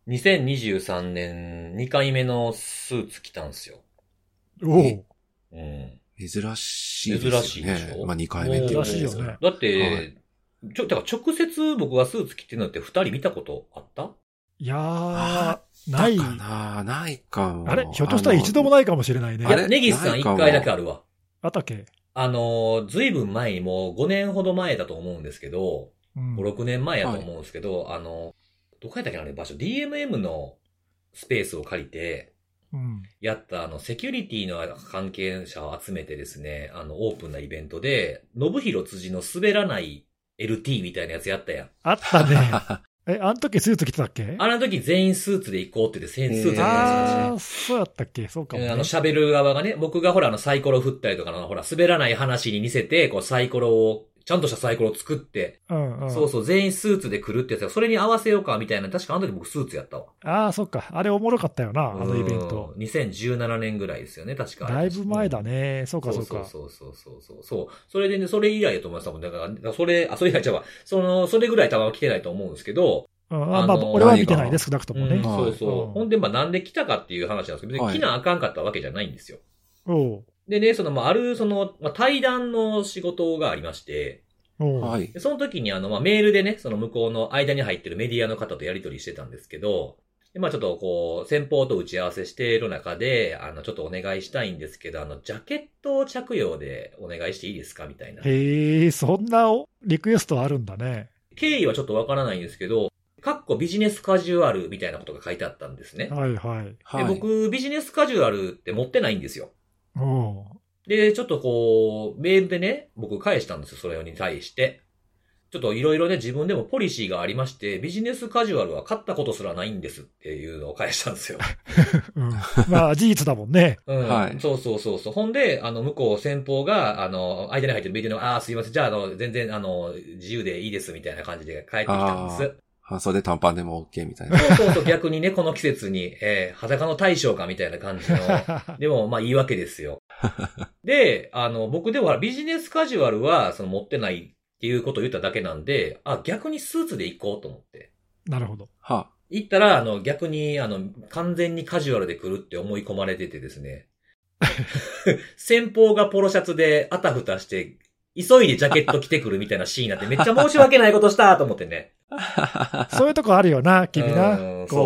2023年2回目のスーツ着たんですよ。 おお。 うん。 珍しいですよね。 珍しいでしょ。 まあ2回目っていう珍しいよね。 だって、 はい、 だから直接僕がスーツ着てるのって2人見たことあった？ いやー、ない。 ないかも。 あれひょっとしたら一度もないかもしれないね。 いや、ネギスさん1回だけあるわ。 あったっけ？ ずいぶん前にもう5年ほど前だと思うんですけど、5、6年前やと思うんですけど、はい、どこやったっけな、場所、DMM のスペースを借りて、やったセキュリティの関係者を集めてですね、オープンなイベントで、信弘辻の滑らない LT みたいなやつやったやん。 あったね。あの時スーツ着てたっけ？ あの時全員スーツで行こうって言って、スーツやったんですよ。 ああ、そうやったっけ？そうかもね。 喋る側がね、僕がほらサイコロ振ったりとかの、ほら、滑らない話に似せて、こうサイコロを、ちゃんとしたサイコロを作って、そうそう、全員スーツで来るってやつが、それに合わせようかみたいな、確かあの時僕スーツやったわ。 ああ、そっか。あれおもろかったよな、あのイベント。 2017年ぐらいですよね、確か。 だいぶ前だね。そうか、そうか。 そう。それでね、それ以来だと思います。だから、それ以来ちゃうわ。それぐらい多分来てないと思うんですけど、 まあ、俺は見てないです、少なくともね。 そうそう。ほんで、なんで来たかっていう話なんですけど、別に来なあかんかったわけじゃないんですよ。でね、ある、対談の仕事がありまして、でその時にメールでね、その向こうの間に入ってるメディアの方とやり取りしてたんですけど、でちょっとこう、先方と打ち合わせしている中で、ちょっとお願いしたいんですけど、ジャケット着用でお願いしていいですかみたいな。 へえ、そんなリクエストあるんだね。 経緯はちょっとわからないんですけど、ビジネスカジュアルみたいなことが書いてあったんですね。 はいはい。 で、僕、ビジネスカジュアルって持ってないんですよ。で、ちょっとこう、メールでね、僕返したんですよ、それに対して。ちょっといろいろね、自分でもポリシーがありまして、ビジネスカジュアルは買ったことすらないんですっていうのを返したんですよ。 まあ、事実だもんね。 はい。そう。ほんで、向こう先方が、間に入ってるメディアの、すいません、じゃあ、全然、自由でいいです、みたいな感じで帰ってきたんです。 半袖短パンでも OK みたいな。 そう、逆にね、この季節に、裸の大将かみたいな感じの、でも、まあいいわけですよ。で、僕ではビジネスカジュアルは、持ってないっていうことを言っただけなんで、逆にスーツで行こうと思って。 なるほど。 行ったら、逆に、完全にカジュアルで来るって思い込まれててですね。先方がポロシャツであたふたして、急いでジャケット着てくるみたいなシーンになってめっちゃ申し訳ないことしたと思ってね。 そういうとこあるよな、君な。 そう。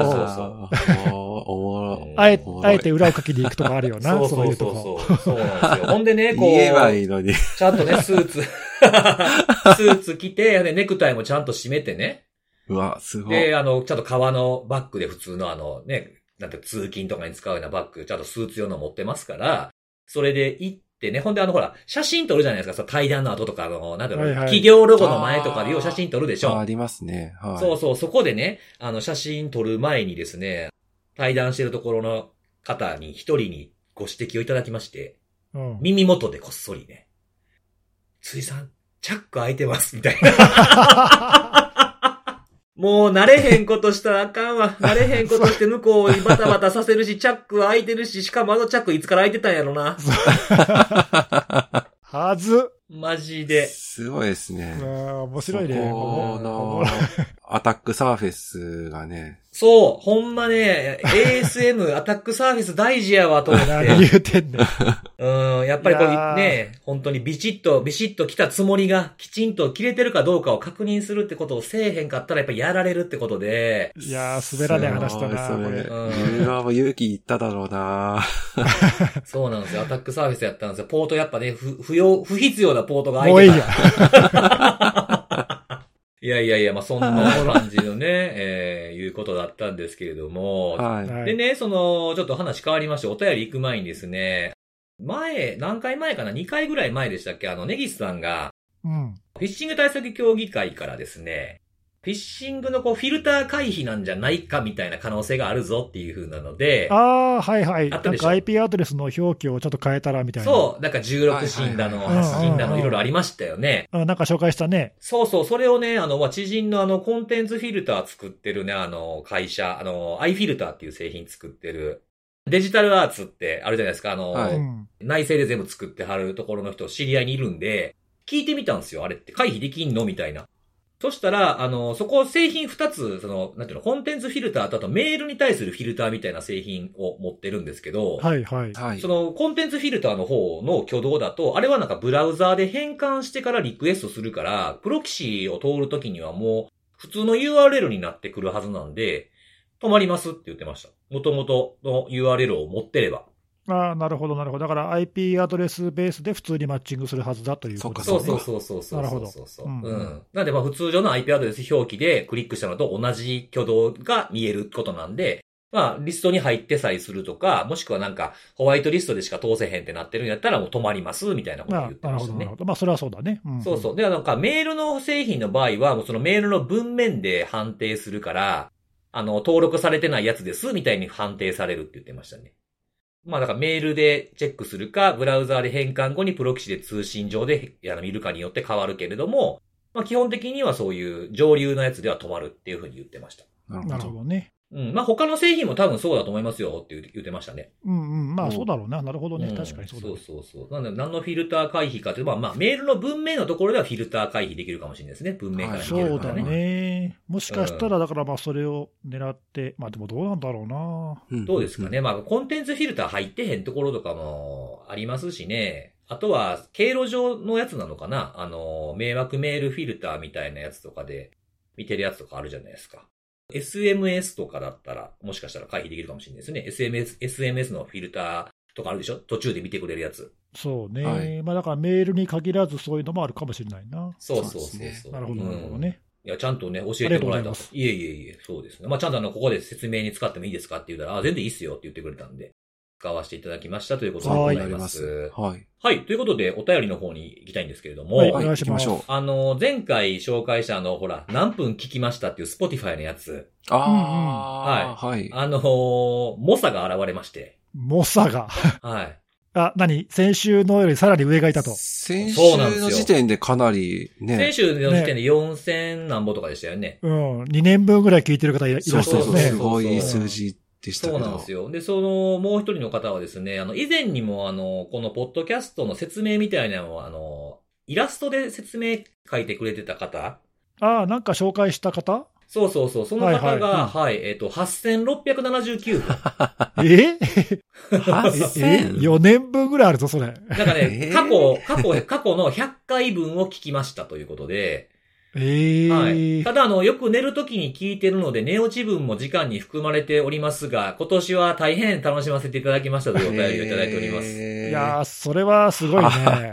あえて裏をかきに行くとこあるよな、そういうとこ。 そうなんですよ。ほんでね、こう。 言えばいいのに。 ちゃんとね、スーツ着て、ネクタイもちゃんと締めてね。 うわ、すごい。 で、ちゃんと革のバッグで普通のなんて通勤とかに使うようなバッグ、ちゃんとスーツ用の持ってますから、それで行ってね、ほんでほら、写真撮るじゃないですか、対談の後とか、なんていうの、企業ロゴの前とかでよう写真撮るでしょ。 ありますね。はい。 そう、そこでね、写真撮る前にですね、対談してるところの方に一人にご指摘をいただきまして、耳元でこっそりね、辻さん、チャック開いてます、みたいな。もう慣れへんことしたらあかんわ。慣れへんことして向こうにバタバタさせるし、チャック開いてるし、しかもチャックいつから開いてたんやろな。 はず。 マジで。 すごいですね。 面白いね。 このアタックサーフェスがね。 そう、ほんまね、ASM アタックサーフェス大事やわと思って。 何言うてんねん。 やっぱりこうね、本当にビシッと来たつもりがきちんと切れてるかどうかを確認するってことをせえへんかったらやっぱりやられるってことで。 いやー、滑らねえ話だな、これ。 言う側も勇気いっただろうな。 そうなんですよ。アタックサーフェスやったんですよ。ポートやっぱね、不必要なポートが開いてた。もういいや。いや、まあ、そんな感じのね、いうことだったんですけれども。 はい。 でね、ちょっと話変わりまして、お便り行く前にですね、何回前かな ?2 回ぐらい前でしたっけネギスさんが、フィッシング対策協議会からですね、フィッシングのフィルター回避なんじゃないかみたいな可能性があるぞっていう風なので。 はいはい。なんか IP アドレスの表記をちょっと変えたらみたいな。 そう。なんか16進だの、8進だの、いろいろありましたよね。 なんか紹介したね。 そう。それをね、知人のコンテンツフィルター作ってるね、会社、アイフィルターっていう製品作ってる。デジタルアーツってあるじゃないですか。内製で全部作ってはるところの人知り合いにいるんで、聞いてみたんですよ。あれって回避できんのみたいな。 そしたら、そこ製品2つ、なんていうの、コンテンツフィルターとあとメールに対するフィルターみたいな製品を持ってるんですけど、 はいはい。 そのコンテンツフィルターの方の挙動だと、あれはなんかブラウザーで変換してからリクエストするから、プロキシを通るときにはもう普通の URL になってくるはずなんで、止まりますって言ってました。元々の URL を持ってれば。 ああ、なるほど、なるほど。だから IP アドレスベースで普通にマッチングするはずだということですね。 そう。 なるほど。 なんで普通上の IP アドレス表記でクリックしたのと同じ挙動が見えることなんで、リストに入ってさえするとか、もしくはなんかホワイトリストでしか通せへんってなってるんやったらもう止まりますみたいなことを言ってましたね。 なるほど。それはそうだね。 そう。で、なんかメールの製品の場合は、もうそのメールの文面で判定するから、登録されてないやつですみたいに判定されるって言ってましたね。だからメールでチェックするか、ブラウザーで変換後にプロキシで通信上で見るかによって変わるけれども、基本的にはそういう上流のやつでは止まるっていうふうに言ってました。 なるほどね。 他の製品も多分そうだと思いますよって言ってましたね。 そうだろうな。なるほどね。確かにそうだ、ね。 そう。なので何のフィルター回避かというと、メールの文面のところではフィルター回避できるかもしれないですね。文面から見てるからね。 そうだね。もしかしたら、だからそれを狙って、でもどうなんだろうな。 どうですかね。コンテンツフィルター入ってへんところとかもありますしね。あとは、経路上のやつなのかな。迷惑メールフィルターみたいなやつとかで見てるやつとかあるじゃないですか。SMS とかだったら、もしかしたら回避できるかもしれないですね。SMS のフィルターとかあるでしょ？途中で見てくれるやつ。 そうね。はい、だからメールに限らずそういうのもあるかもしれないな。 そう。 なるほどね。 いや、ちゃんとね、教えてもらえた。いえ、そうですね。ちゃんとここで説明に使ってもいいですかって言ったら、全然いいっすよって言ってくれたんで、使わせていただきましたということでございます。はい。ということで、お便りの方に行きたいんですけれども。 はい、お願いしましょう。前回紹介した何分聞きましたっていう Spotify のやつ。 はい。 モサが現れまして。 モサがはい。 先週のよりさらに上がいたと。 先週の時点でかなりね。 先週の時点で4000何本とかでしたよね。 2年分ぐらい聞いてる方いらっしゃるね。 そう、すごい数字でしたけど。 そうなんですよ。で、もう一人の方はですね、以前にもこのポッドキャストの説明みたいなのを、イラストで説明書いてくれてた方。 なんか紹介した方？ そう。その方が、8679分。 4年分ぐらいあるぞ、それ。 なんかね、過去の100回分を聞きましたということで、はい。ただよく寝るときに聞いてるので、寝落ち分も時間に含まれておりますが、今年は大変楽しませていただきましたというお便りをいただいております。 いやー、それはすごいね。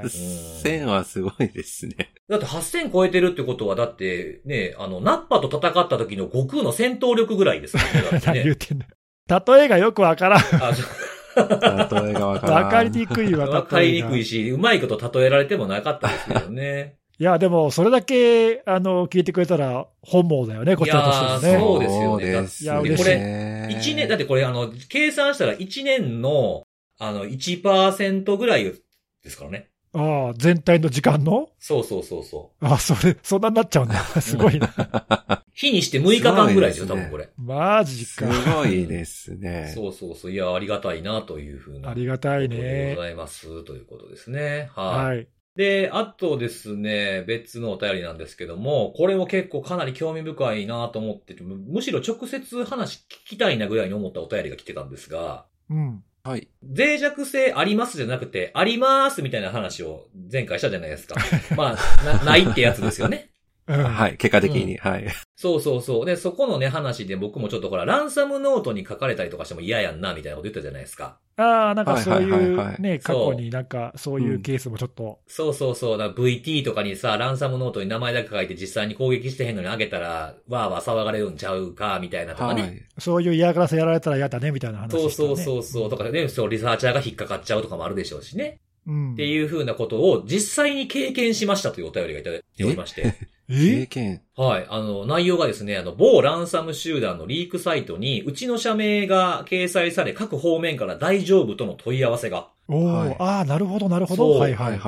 8000はすごいですね。 だって8000超えてるってことは、だってね、ナッパと戦った時の悟空の戦闘力ぐらいですからね。 何言ってんだ。例えがよくわからん。 例えがわからん。 わかりにくいわ、 わかりにくいし、うまいこと例えられてもなかったですけどね。 いや、でも、それだけ、聞いてくれたら、本望だよね、こちらとしてはね。 そうですよね。 いや、嬉しい。 これ、1年、だってこれ、計算したら1年の、1% ぐらいですからね。 全体の時間の？ そう。 そんなになっちゃうんだ。すごいな。 日にして6日間ぐらいですよ、多分これ。 マジか。 すごいですね。 そう。いや、ありがたいな、というふうな。 ありがたいね。 でございます、ということですね。 はい。 で、あとですね、別のお便りなんですけども、これも結構かなり興味深いなと思ってて、むしろ直接話聞きたいなぐらいに思ったお便りが来てたんですが、 はい。 脆弱性ありますじゃなくて、ありますみたいな話を前回したじゃないですか。ないってやつですよね。 はい、結果的に、はい。 そう。で、そこのね、話で僕もちょっとランサムノートに書かれたりとかしても嫌やんな、みたいなこと言ったじゃないですか。 なんかそういうね、過去になんかそういうケースもちょっと。 そう。VT とかにさ、ランサムノートに名前だけ書いて実際に攻撃してへんのにあげたら、わーわー騒がれるんちゃうか、みたいなとかね。 そういう嫌がらせやられたら嫌だね、みたいな話でしたね。 そう。とかね、リサーチャーが引っかかっちゃうとかもあるでしょうしね。っていう風なことを実際に経験しましたというお便りがいただいておりまして。 経験？ はい。内容がですね、某ランサム集団のリークサイトに、うちの社名が掲載され、各方面から大丈夫との問い合わせが。 なるほど。 はい。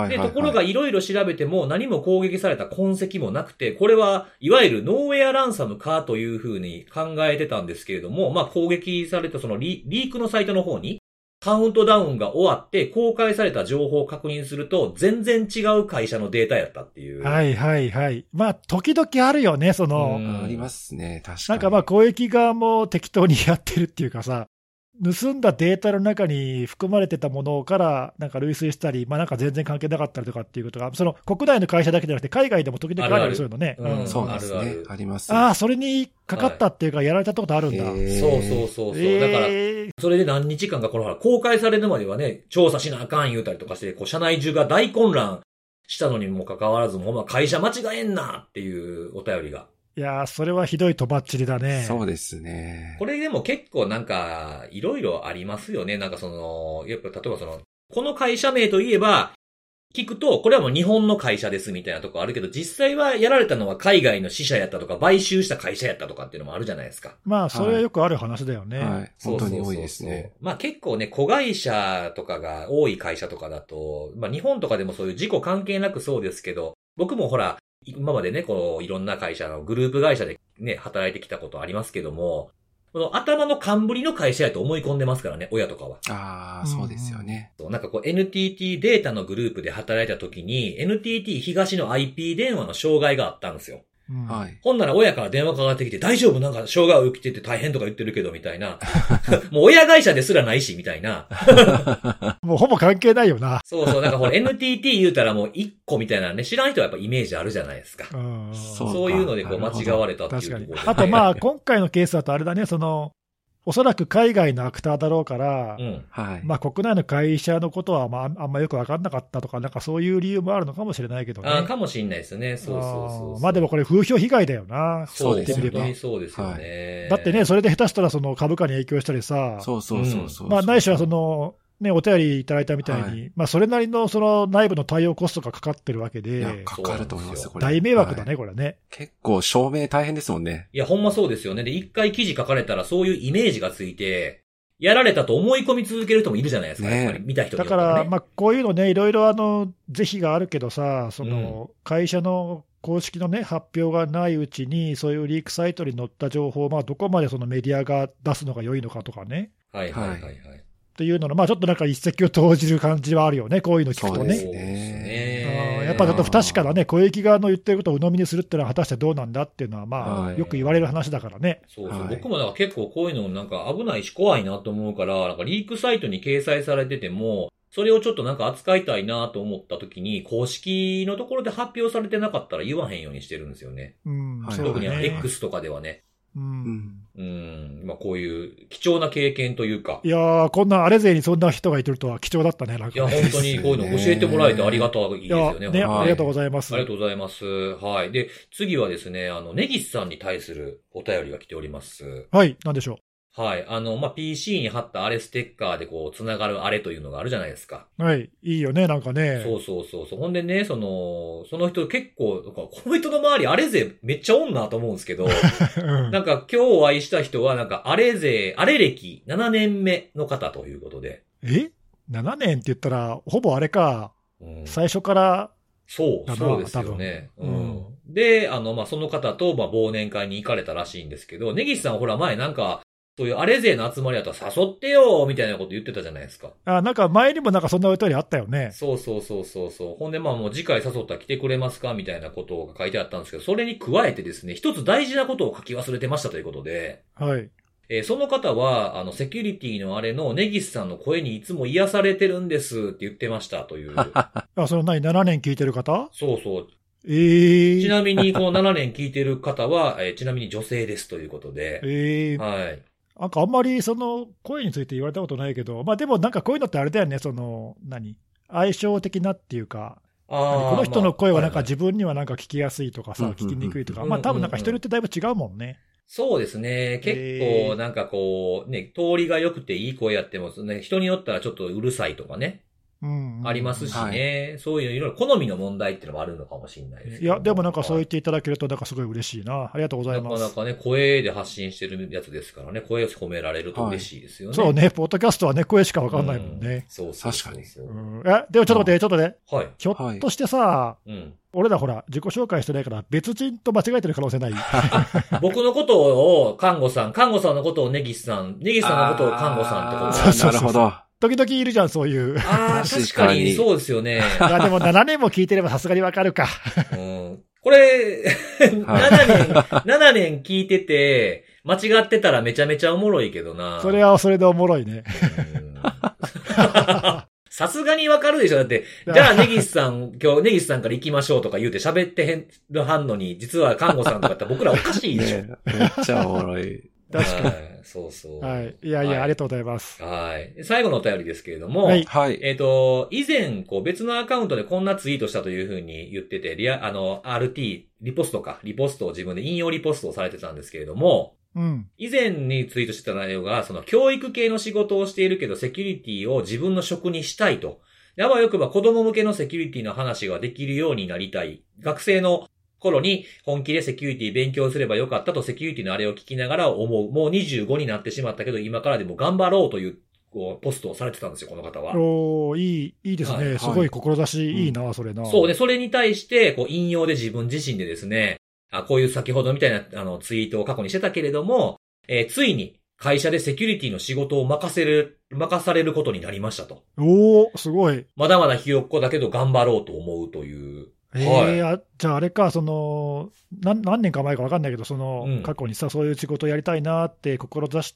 で、ところがいろいろ調べても何も攻撃された痕跡もなくて、これはいわゆるノーウェアランサムかという風に考えてたんですけれども、攻撃されたそのリークのサイトの方に、 カウントダウンが終わって公開された情報を確認すると全然違う会社のデータやったっていう。 はいはいはい。まあ時々あるよね、 ありますね、確かに。 なんかまあ公益側も適当にやってるっていうかさ、盗んだデータの中に含まれてたものからなんか類推したり、まあなんか全然関係なかったりとかっていうことが、その国内の会社だけじゃなくて海外でも時々あるよね、そういうのね。 そうですね。あります。 ああ、それにかかったっていうか、やられたことあるんだ。 そう。だから、それで何日間かこの公開されるまではね、調査しなあかん言うたりとかして、こう社内中が大混乱したのにもかかわらず、もう会社間違えんなっていうお便りが。 いやー、それはひどいとばっちりだね。 そうですね。 これでも結構なんか、いろいろありますよね。なんかやっぱ例えばこの会社名といえば、聞くと、これはもう日本の会社ですみたいなとこあるけど、実際はやられたのは海外の支社やったとか、買収した会社やったとかっていうのもあるじゃないですか。 まあ、それはよくある話だよね。 はい。本当に多いですね。 まあ結構ね、子会社とかが多い会社とかだと、まあ日本とかでもそういう事故関係なくそうですけど、僕もほら、今までね、いろんな会社のグループ会社でね、働いてきたことありますけども、この頭の冠の会社やと思い込んでますからね、親とかは。 ああ、そうですよね。 なんかNTT データのグループで働いた時に、NTT 東の IP 電話の障害があったんですよ。 はい。 ほんなら親から電話かかってきて、大丈夫なんか障害を受けてて大変とか言ってるけど、みたいな。もう親会社ですらないし、みたいな。 もうほぼ関係ないよな。 そう、なんかNTT 言うたらもう1個みたいなね、知らん人はやっぱイメージあるじゃないですか。そういうので間違われたっていうところで、ね。 確かに。あとまあ、今回のケースだとあれだね、おそらく海外のアクターだろうから、まあ国内の会社のことはあんまよく分かんなかったとか、なんかそういう理由もあるのかもしれないけどね。 かもしれないですね。そう。 まあでもこれ風評被害だよな。 そうですね。そうですよね。 だってね、それで下手したら株価に影響したりさ。 そう。 まあないしはね、お便りいただいたみたいに、まあそれなりの内部の対応コストがかかってるわけで。 いや、かかると思いますよ、これ。 大迷惑だね、これね。 結構証明大変ですもんね。 いや、ほんまそうですよね。で、一回記事書かれたらそういうイメージがついて、やられたと思い込み続ける人もいるじゃないですか、やっぱり見た人によってはね。 だから、まあこういうのね、いろいろ是非があるけどさ、会社の公式のね、発表がないうちに、そういうリークサイトに載った情報を、まあどこまでメディアが出すのが良いのかとかね。 はい。 っていうのの、まあちょっとなんか一石を投じる感じはあるよね、こういうの聞くとね。 そうですね。 やっぱちょっと不確かなね、公益側の言ってることを鵜呑みにするっていうのは果たしてどうなんだっていうのは、まあ、よく言われる話だからね。 そう。僕もなんか結構こういうのなんか危ないし怖いなと思うから、なんかリークサイトに掲載されてても、それをちょっとなんか扱いたいなと思った時に、公式のところで発表されてなかったら言わへんようにしてるんですよね。特にX とかではね。まあこういう貴重な経験というか。 いやー、こんなあれ勢にそんな人がいてるとは貴重だったね、なんか。 いや、本当にこういうの教えてもらえてありがたいですよね。 ありがとうございます。 ありがとうございます。はい。で、次はですね、根岸さんに対するお便りが来ております。 はい、なんでしょう。 はい。まあ、PC に貼ったあれステッカーで繋がるあれというのがあるじゃないですか。 はい。いいよね、なんかね。 そう。ほんでね、その人結構、この人の周りあれ勢めっちゃおんなと思うんですけど、なんか今日お会いした人はなんかあれ歴7年目の方ということで。 7年って言ったら、ほぼあれか。最初から。 そうですよね。で、まあ、その方と、まあ、忘年会に行かれたらしいんですけど、根岸さんほら前なんか、そういうあれ勢の集まりだったら誘ってよみたいなこと言ってたじゃないですか。 なんか前にもなんかそんなお便りあったよね。 そう。ほんでまあもう次回誘ったら来てくれますかみたいなことが書いてあったんですけど、それに加えてですね、一つ大事なことを書き忘れてましたということで。 はい。 その方は、セキュリティのあれの根岸さんの声にいつも癒されてるんですって言ってましたという。 7年聞いてる方？ そう。ちなみにこの7年聞いてる方は、ちなみに女性ですということで。はい。 なんかあんまり声について言われたことないけど、まあでもなんかこういうのってあれだよね、相性的なっていうか、この人の声はなんか自分にはなんか聞きやすいとかさ、聞きにくいとか、まあ多分なんか人によってだいぶ違うもんね。 そうですね。結構なんかこう、ね、通りが良くていい声やっても、ね、人によったらちょっとうるさいとかね。ありますしね、そういういろいろ好みの問題っていうのもあるのかもしれないです、ね。 いや、でもなんかそう言っていただけると、なんかすごい嬉しいな。ありがとうございます。 なかなかね、声で発信してるやつですからね、声を褒められると嬉しいですよね。 そうね、ポッドキャストはね、声しかわかんないもんね。 そう。 確かに。 でもちょっと待って、 はい。 ひょっとしてさ、俺らほら、自己紹介してないから、別人と間違えてる可能性ない？ 僕のことを看護さんのことを根岸さんのことを看護さんってこと。 なるほど。 時々いるじゃん、そういう。 ああ、確かに、そうですよね。 いや、でも7年も聞いてればさすがにわかるか。 うん、これ、7年聞いてて、間違ってたらめちゃめちゃおもろいけどな。 それはそれでおもろいね。 さすがにわかるでしょだって、じゃあネギスさん、今日ネギスさんから行きましょうとか言うて喋ってへんるはんのに、実は看護さんとかって僕らおかしいでしょ。 ね、めっちゃおもろい。 確かに。はい、 そうそう。 はい。いやいや、はい、ありがとうございます。 はい。最後のお便りですけれども、はい。以前、別のアカウントでこんなツイートしたというふうに言ってて、RT、リポストを自分で引用リポストをされてたんですけれども、 うん。 以前にツイートしてた内容が、教育系の仕事をしているけど、セキュリティを自分の職にしたいと。あわよくば子供向けのセキュリティの話ができるようになりたい。学生の頃に本気でセキュリティ勉強すればよかったとセキュリティのあれを聞きながら思う。もう25になってしまったけど、今からでも頑張ろうという、ポストをされてたんですよ、この方は。 いいですね。はい、すごい志いいな、それな。 そうね、それに対して、引用で自分自身でですね、こういう先ほどみたいな、ツイートを過去にしてたけれども、ついに、会社でセキュリティの仕事を任されることになりましたと。 すごい。 まだまだひよっこだけど頑張ろうと思うという。 はい、じゃああれか、何年か前か分かんないけど、過去にさ、そういう仕事をやりたいなって志して、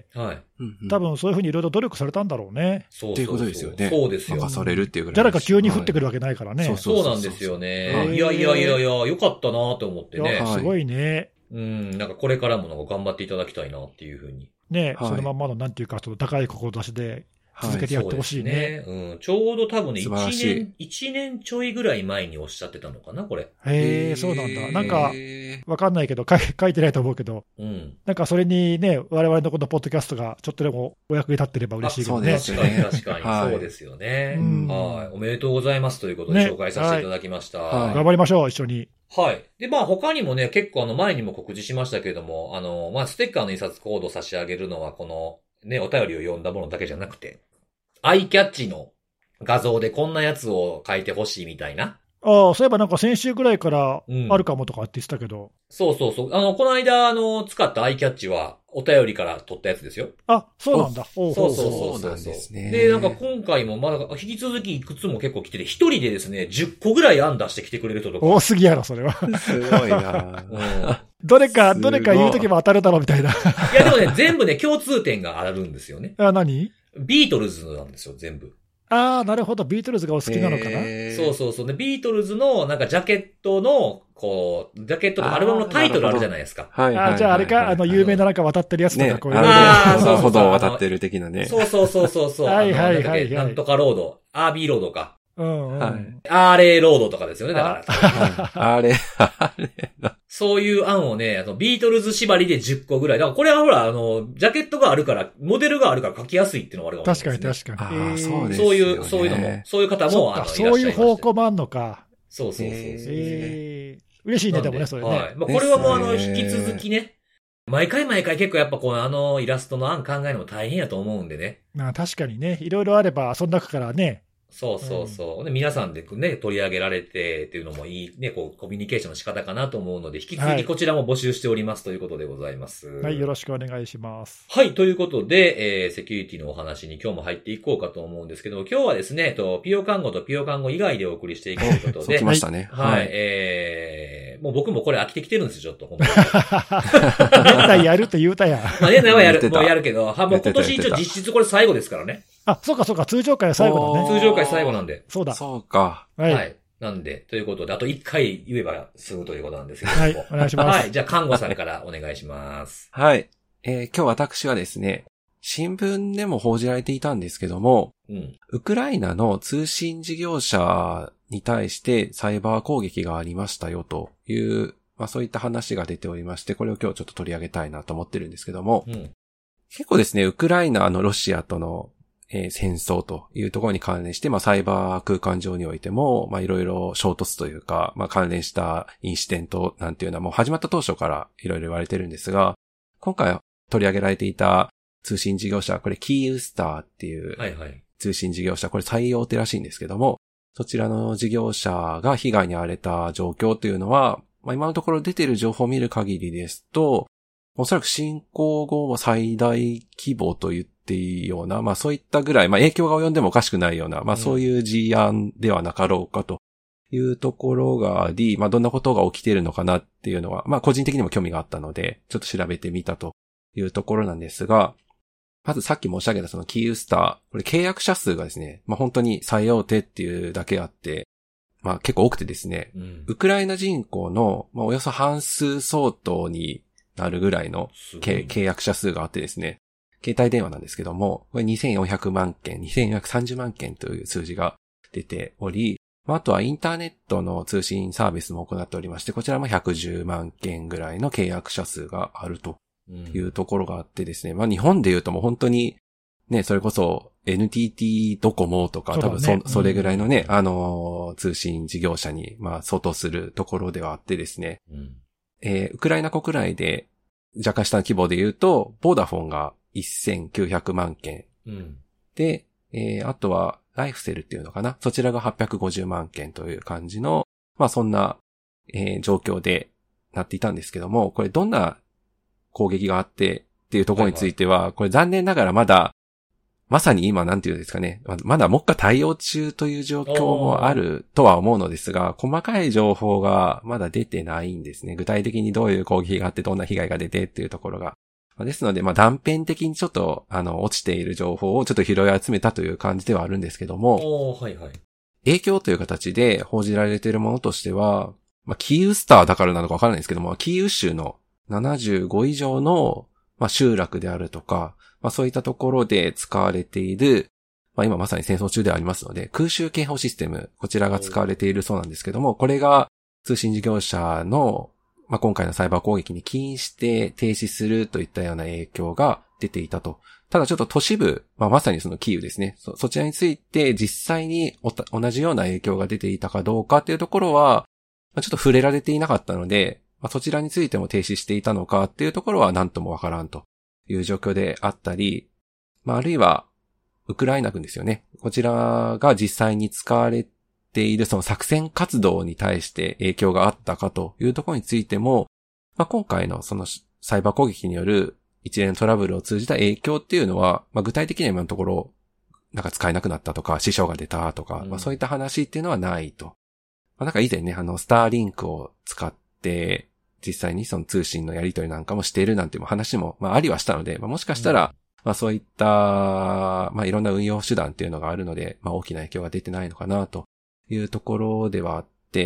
はい。 多分そういうふうにいろいろ努力されたんだろうね。 そうっていうことですよね。 そうですよ。 任されるっていうぐらい。 誰か急に降ってくるわけないからね。 そうなんですよね。いや、よかったなと思ってね。 すごいね。 なんかこれからもなんか頑張っていただきたいなっていうふうに。 ね、そのまんまのなんていうか、高い志で続けてやってほしいね。 ちょうど多分ね、1年ちょいぐらい前におっしゃってたのかな、これ。 そうなんだ。なんか、わかんないけど、書いてないと思うけど、なんかそれにね、我々のこのポッドキャストがちょっとでもお役に立ってれば嬉しいけどね。 確かに、そうですよね。はい。おめでとうございますということで紹介させていただきました。 頑張りましょう、一緒に。 はい。で、他にもね、結構前にも告知しましたけれども、ステッカーの印刷コードを差し上げるのは、この、ね、お便りを読んだものだけじゃなくて、アイキャッチの画像でこんなやつを書いてほしいみたいな。 そういえばなんか先週ぐらいからあるかもとかって言ってたけど。 そう。この間、使ったアイキャッチは、お便りから取ったやつですよ。 そうなんだ。 そうなんですね。 で、なんか今回もまだ引き続きいくつも結構来てて、一人でですね、10個ぐらい案出してきてくれる人とか。 多すぎやろ、それは。 すごいなどれか言うときも当たるだろ、みたいな。いや、でもね、全部ね、共通点があるんですよね。 何？ ビートルズなんですよ、全部。 なるほど。ビートルズがお好きなのかな？ そう。で、ビートルズの、なんかジャケットの、ジャケットとかアルバムのタイトルあるじゃないですか。 じゃああれか、有名ななんか渡ってるやつとか、こういうそう。歩道渡ってる的なね。 そう。はい。なんとかロード、アービーロードか。アーレーロードとかですよね、だから。 あれ。 そういう案をね、ビートルズ縛りで10個ぐらい。だからこれはほら、ジャケットがあるから、モデルがあるから書きやすいっていうのがあるかもしれないですね。 確かに。 そうですよね。 そういうのも、そういう方も、いらっしゃいました。 そういう方向もあんのか。 そう。 嬉しいね、でもね、それね。 はい。これはもう引き続きね、毎回結構やっぱイラストの案考えるのも大変やと思うんでね。 確かにね、いろいろあれば、その中からね。 そう。で、皆さんでね、取り上げられてっていうのもいいね、コミュニケーションの仕方かなと思うので、引き続きこちらも募集しておりますということでございます。 はい、よろしくお願いします。 はい、ということで、セキュリティのお話に今日も入っていこうかと思うんですけど、今日はですね、ピオ看護とピオ看護以外でお送りしていくということで。 そうきましたね。 はい。もう僕もこれ飽きてきてるんですよ、ちょっと。本当に年内やるって言うたやん。 年内はやる、もうやるけど、もう今年一応実質これ最後ですからね。 そうか、通常回は最後だね。 通常回最後なんで。 そうだ。 そうか。 はい。なんで、ということで、あと1回言えば済むということなんですけども。 はい、お願いします。 はい、じゃあ、看護さんからお願いします。 はい。今日私はですね、新聞でも報じられていたんですけども、ウクライナの通信事業者に対してサイバー攻撃がありましたよという、そういった話が出ておりまして、これを今日ちょっと取り上げたいなと思ってるんですけども、結構ですね、ウクライナのロシアとの戦争というところに関連して、サイバー空間上においても、いろいろ衝突というか、関連したインシデントなんていうのはもう始まった当初からいろいろ言われてるんですが、今回取り上げられていた通信事業者、これキーウスターっていう通信事業者、これ最大手らしいんですけども、そちらの事業者が被害に遭われた状況というのは、今のところ出ている情報を見る限りですと、おそらく侵攻後は最大規模と言ってっていいような、まあそういったぐらい、まあ影響が及んでもおかしくないような、まあそういう事案ではなかろうかというところがあり、まあどんなことが起きているのかなっていうのは、まあ個人的にも興味があったので、ちょっと調べてみたというところなんですが、まずさっき申し上げたそのキーウスター、これ契約者数がですね、まあ本当に最大手っていうだけあって、まあ結構多くてですね、ウクライナ人口の、まあ、およそ半数相当になるぐらいの契約者数があってですね、携帯電話なんですけども、これ2400万件、2430万件という数字が出ており、あとはインターネットの通信サービスも行っておりまして、こちらも110万件ぐらいの契約者数があるというところがあってですね、まあ日本で言うともう本当にね、それこそ NTT ドコモとか多分それぐらいのね、通信事業者にまあ相当するところではあってですね、ウクライナ国内で若干下の規模で言うと、ボーダフォンが1900万件、で、あとはライフセルっていうのかな、そちらが850万件という感じの、まあそんな、状況でなっていたんですけども、これどんな攻撃があってっていうところについては、これ残念ながらまさに今なんていうんですかね、まだ目下対応中という状況もあるとは思うのですが、細かい情報がまだ出てないんですね。具体的にどういう攻撃があってどんな被害が出てっていうところが。ですので、まあ断片的にちょっと、落ちている情報をちょっと拾い集めたという感じではあるんですけども、影響という形で報じられているものとしては、まあキーウスターだからなのかわからないんですけども、キーウ州の75以上の、まあ、集落であるとか、まあそういったところで使われている、まあ今まさに戦争中ではありますので、空襲警報システム、こちらが使われているそうなんですけども、これが通信事業者の、まあ今回のサイバー攻撃に起因して停止するといったような影響が出ていたと。ただちょっと都市部、まあまさにそのキーウですね。そちらについて実際に同じような影響が出ていたかどうかっていうところは、まあ、ちょっと触れられていなかったので、まあ、そちらについても停止していたのかっていうところは何ともわからんという状況であったり、まあ、あるいは、ウクライナ軍ですよね。こちらが実際に使われているその作戦活動に対して影響があったかというところについても、まあ、今回のそのサイバー攻撃による一連のトラブルを通じた影響っていうのは、まあ、具体的には今のところ、なんか使えなくなったとか、死傷が出たとか、まあ、そういった話っていうのはないと。まあ、なんか以前ね、スターリンクを使って、実際にその通信のやり取りなんかもしているなんていう話も、まあありはしたので、まあもしかしたら、まあそういった、まあいろんな運用手段っていうのがあるので、まあ大きな影響が出てないのかなというところではあって、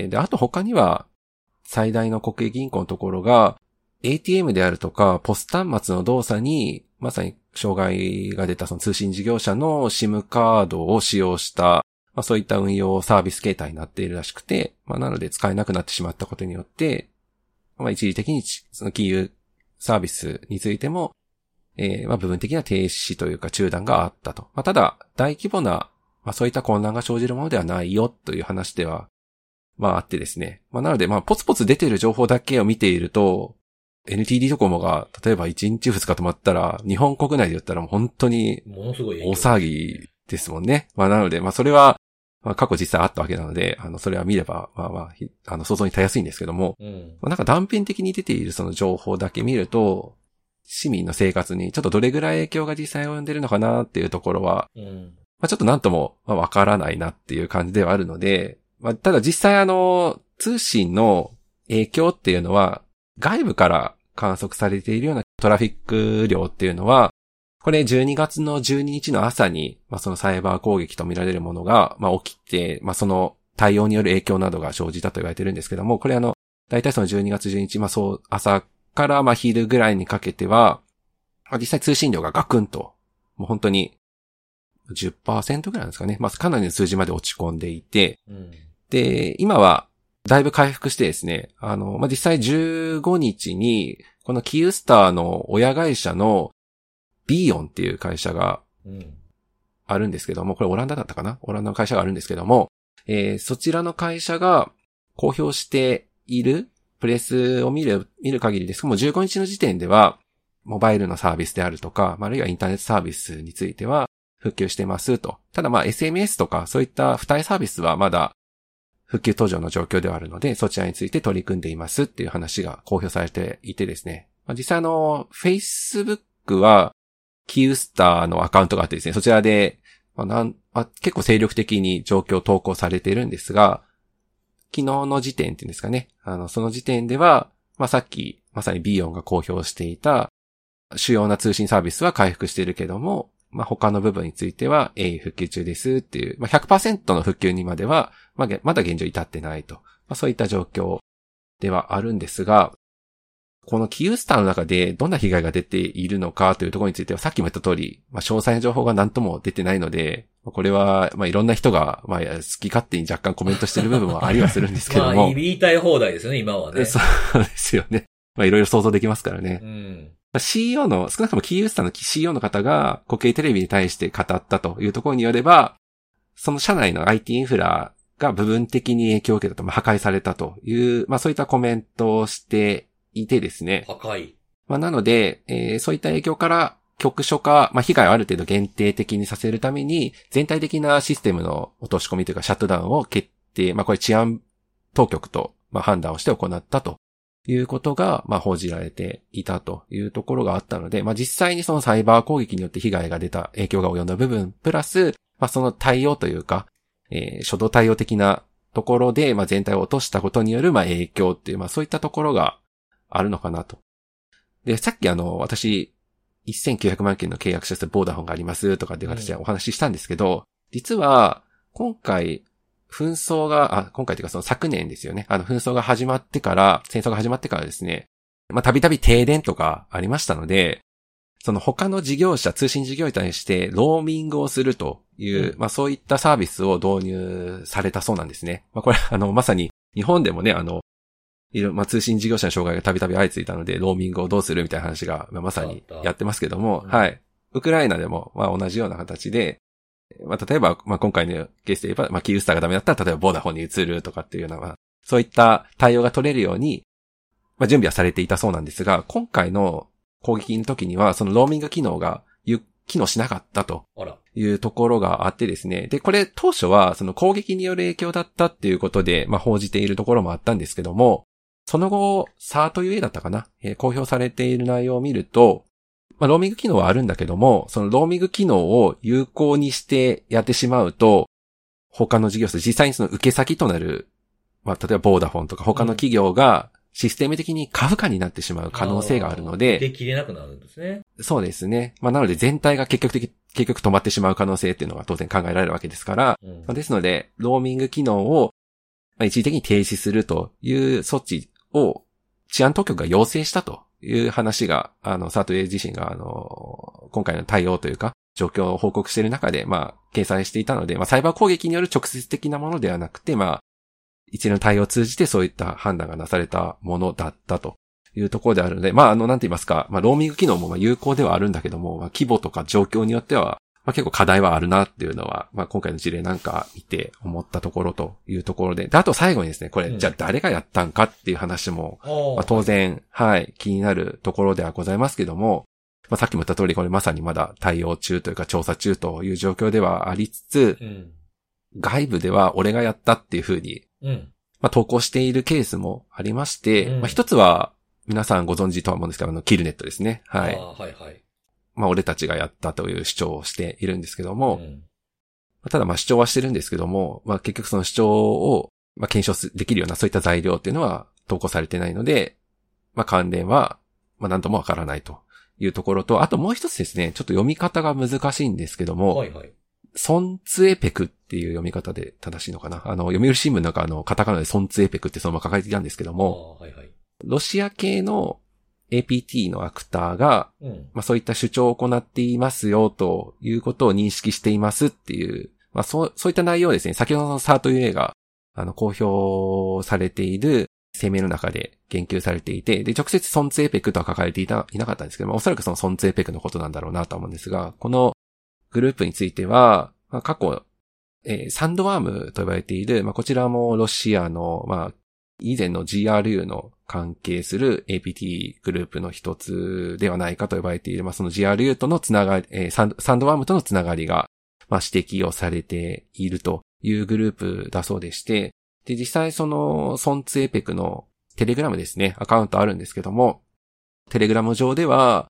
で、あと他には、最大の国営銀行のところが、ATM であるとか、ポス端末の動作に、まさに障害が出たその通信事業者の SIM カードを使用した、まあそういった運用サービス形態になっているらしくて、まあなので使えなくなってしまったことによって、まあ一時的にその金融サービスについても、まあ部分的な停止というか中断があったと。まあただ大規模な、まあそういった混乱が生じるものではないよという話では、まああってですね。まあなのでまあポツポツ出ている情報だけを見ていると、NTT ドコモが例えば1日2日止まったら、日本国内で言ったらもう本当に大騒ぎですもんね。まあなのでまあそれは、まあ過去実際あったわけなので、それは見れば、まあまあ、想像にたやすいんですけども、まあ、なんか断片的に出ているその情報だけ見ると、市民の生活にちょっとどれぐらい影響が実際及んでるのかなっていうところは、まあちょっとなんともわからないなっていう感じではあるので、まあただ実際通信の影響っていうのは、外部から観測されているようなトラフィック量っていうのは、これ12月の12日の朝に、まあ、そのサイバー攻撃と見られるものが、まあ、起きて、まあ、その対応による影響などが生じたと言われてるんですけども、これ大体その12月12日、まあ、そう、朝からまあ、昼ぐらいにかけては、まあ、実際通信量がガクンと、もう本当に 10% ぐらいなんですかね。まあ、かなりの数字まで落ち込んでいて、で、今はだいぶ回復してですね、まあ、実際15日に、このキーウスターの親会社のビーヨンっていう会社があるんですけども、これオランダだったかな？オランダの会社があるんですけども、そちらの会社が公表しているプレスを見る限りですけども、15日の時点では、モバイルのサービスであるとか、あるいはインターネットサービスについては復旧してますと。ただまあ SMS とかそういった付帯サービスはまだ復旧途上の状況ではあるので、そちらについて取り組んでいますっていう話が公表されていてですね。実際Facebook は、 キースターのアカウントがあってですね、そちらで、結構精力的に状況を投稿されているんですが、昨日の時点っていうんですかね。その時点では、さっき、まさにビヨンが公表していた、主要な通信サービスは回復しているけども、他の部分については鋭意復旧中ですっていう、100% の復旧にまでは、まだ現状至ってないと。そういった状況ではあるんですが、このキースターの中でどんな被害が出ているのかというところについてはさっきも言った通り、詳細な情報が何とも出てないので、これは、いろんな人が、好き勝手に若干コメントしてる部分はありはするんですけども。 言いたい放題ですよね、今はね。 そうですよね。いろいろ想像できますからね。 うん。 CEO の、少なくともキーウスターの CEO の方が国営テレビに対して語ったというところによれば、その社内の IT インフラが部分的に影響を受けたと、破壊されたという、そういったコメントをしていてですね。 破壊。 なので、そういった影響から局所化、被害をある程度限定的にさせるために、全体的なシステムの落とし込みというかシャットダウンを決定、これ治安当局と判断をして行ったということが、報じられていたというところがあったので、実際にそのサイバー攻撃によって被害が出た、影響が及んだ部分、プラス、その対応というか、初動対応的なところで、全体を落としたことによる、影響っていう、そういったところがあるのかなと。で、さっき私、1900万件の契約者数ボーダフォンがありますとかっていう形でお話ししたんですけど、実は、今回というかその昨年ですよね。紛争が始まってから、戦争が始まってからですね、たびたび停電とかありましたので、その他の事業者、通信事業に対してローミングをするという、そういったサービスを導入されたそうなんですね。これまさに日本でもね、通信事業者の障害がたびたび相次いだので、ローミングをどうするみたいな話が、まさにやってますけども、はい。ウクライナでも、同じような形で、例えば、今回のケースで言えば、キーウスターがダメだったら、例えばボーダフォンに移るとかっていうような、そういった対応が取れるように、準備はされていたそうなんですが、今回の攻撃の時には、そのローミング機能が機能しなかったというところがあってですね。で、これ当初は、その攻撃による影響だったっていうことで、報じているところもあったんですけども、その後、SART-UA だったかな、公表されている内容を見ると、ローミング機能はあるんだけども、そのローミング機能を有効にしてやってしまうと、他の事業者、実際にその受け先となる、例えばボーダフォンとか他の企業がシステム的に過負荷になってしまう可能性があるので、 できれなくなるんですね。 そうですね。なので全体が結局止まってしまう可能性っていうのが当然考えられるわけですから、ですので、ローミング機能を一時的に停止するという措置を治安当局が要請したという話が、SART-UA 自身が、今回の対応というか、状況を報告している中で、掲載していたので、サイバー攻撃による直接的なものではなくて、一連の対応を通じてそういった判断がなされたものだったというところであるので、なんて言いますか、ローミング機能も有効ではあるんだけども、規模とか状況によっては、結構課題はあるなっていうのは、今回の事例なんか見て思ったところというところで、あと最後にですね、これ、じゃあ誰がやったんかっていう話も、当然、はい、気になるところではございますけども、さっきも言った通り、これまさにまだ対応中というか調査中という状況ではありつつ、外部では俺がやったっていうふうに、投稿しているケースもありまして、一つは皆さんご存知とは思うんですけど、キルネットですね。はい。俺たちがやったという主張をしているんですけども、ただ主張はしてるんですけども、結局その主張を検証できるようなそういった材料っていうのは投稿されてないので、関連は何ともわからないというところと、あともう一つですね、ちょっと読み方が難しいんですけども、ソンツエペクっていう読み方で正しいのかな。読売新聞なんかカタカナでソンツエペクってそのまま書かれていたんですけども、ロシア系の APT のアクターが、そういった主張を行っていますよということを認識していますっていう、そういった内容をですね、先ほどのSART-UAが公表されている声明の中で言及されていて、で、直接ソンツエペクとは書かれていなかったんですけども、おそらくそのソンツエペクのことなんだろうなと思うんですが、このグループについては、過去、サンドワームと呼ばれている、こちらもロシアの、以前の GRU の関係する APT グループの一つではないかと呼ばれている、その GRU とのつながり、サンドワームとのつながりが、指摘をされているというグループだそうでして、で、実際その、ソンツエペクのテレグラムですね、アカウントあるんですけども、テレグラム上では、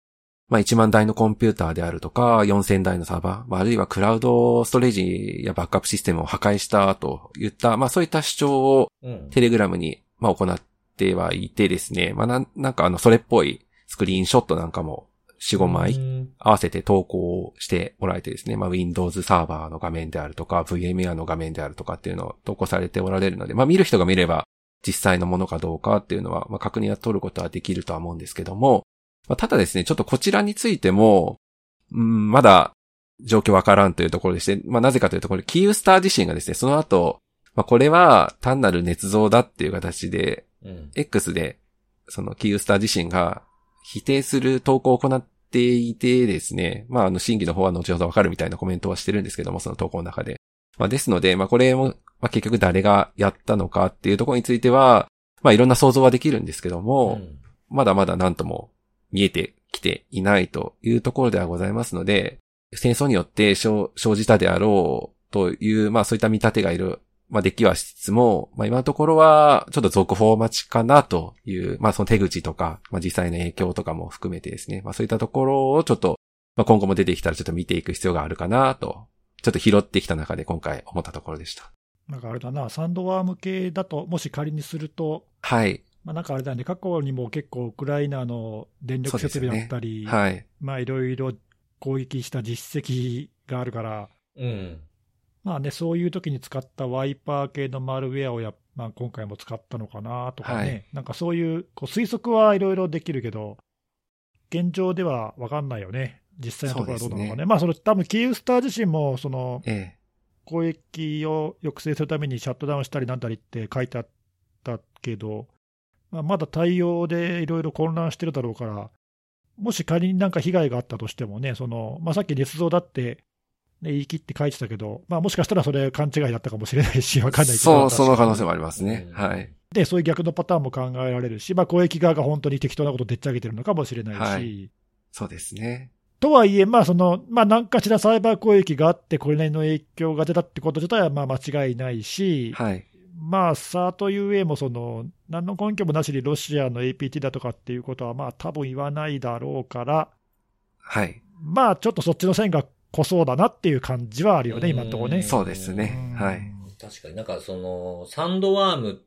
1万台のコンピューターであるとか、4000台のサーバー、あるいはクラウドストレージやバックアップシステムを破壊したといった、そういった主張をテレグラムに、行ってはいてですね、なんかそれっぽいスクリーンショットなんかも4、5枚合わせて投稿しておられてですね、Windows サーバーの画面であるとか、VMware の画面であるとかっていうのを投稿されておられるので、見る人が見れば実際のものかどうかっていうのは、確認は取ることはできるとは思うんですけども、ただですね、ちょっとこちらについても、まだ状況わからんというところでして、なぜかというと、これ、キーウスター自身がですね、その後、これは単なる捏造だっていう形で、X で、そのキーウスター自身が否定する投稿を行っていてですね、真偽の方は後ほどわかるみたいなコメントはしてるんですけども、その投稿の中で。ですので、これも、結局誰がやったのかっていうところについては、いろんな想像はできるんですけども、まだまだ何とも見えてきていないというところではございますので、戦争によって生じたであろうという、そういった見立てがいる、できはしつつも、今のところは、ちょっと続報待ちかなという、その手口とか、実際の影響とかも含めてですね、そういったところをちょっと、今後も出てきたらちょっと見ていく必要があるかなと、ちょっと拾ってきた中で今回思ったところでした。 なんかあれだな、サンドワーム系だと、もし仮にすると、 はい。 なんかあれだね、過去にも結構ウクライナの電力設備だったり、 はい。 いろいろ攻撃した実績があるから、そういう時に使ったワイパー系のマルウェアを今回も使ったのかなとかね、はい、なんかそういう、推測はいろいろできるけど、現状では分かんないよね、実際のところはどうなのかね。それ多分キーウスター自身もその、攻撃を抑制するためにシャットダウンしたりなんたりって書いてあったけど、まだ対応でいろいろ混乱してるだろうから、もし仮になんか被害があったとしてもね、さっき捏造だって、言い切って書いてたけど、もしかしたらそれ勘違いだったかもしれないし、わかんないけど。 その可能性もありますね。はい。 で、そういう逆のパターンも考えられるし、攻撃側が本当に適当なことをでっち上げてるのかもしれないし。はい、 そうですね。 とはいえ、何かしらサイバー攻撃があって、これなりの影響が出たってこと自体は間違いないし、 はい。 サート UA も何の根拠もなしにロシアの APT だとかっていうことは、多分言わないだろうから、 はい。 ちょっとそっちの線が濃そうだなっていう感じはあるよね、今のところね。 そうですね。はい。 確かになんかサンドワームって、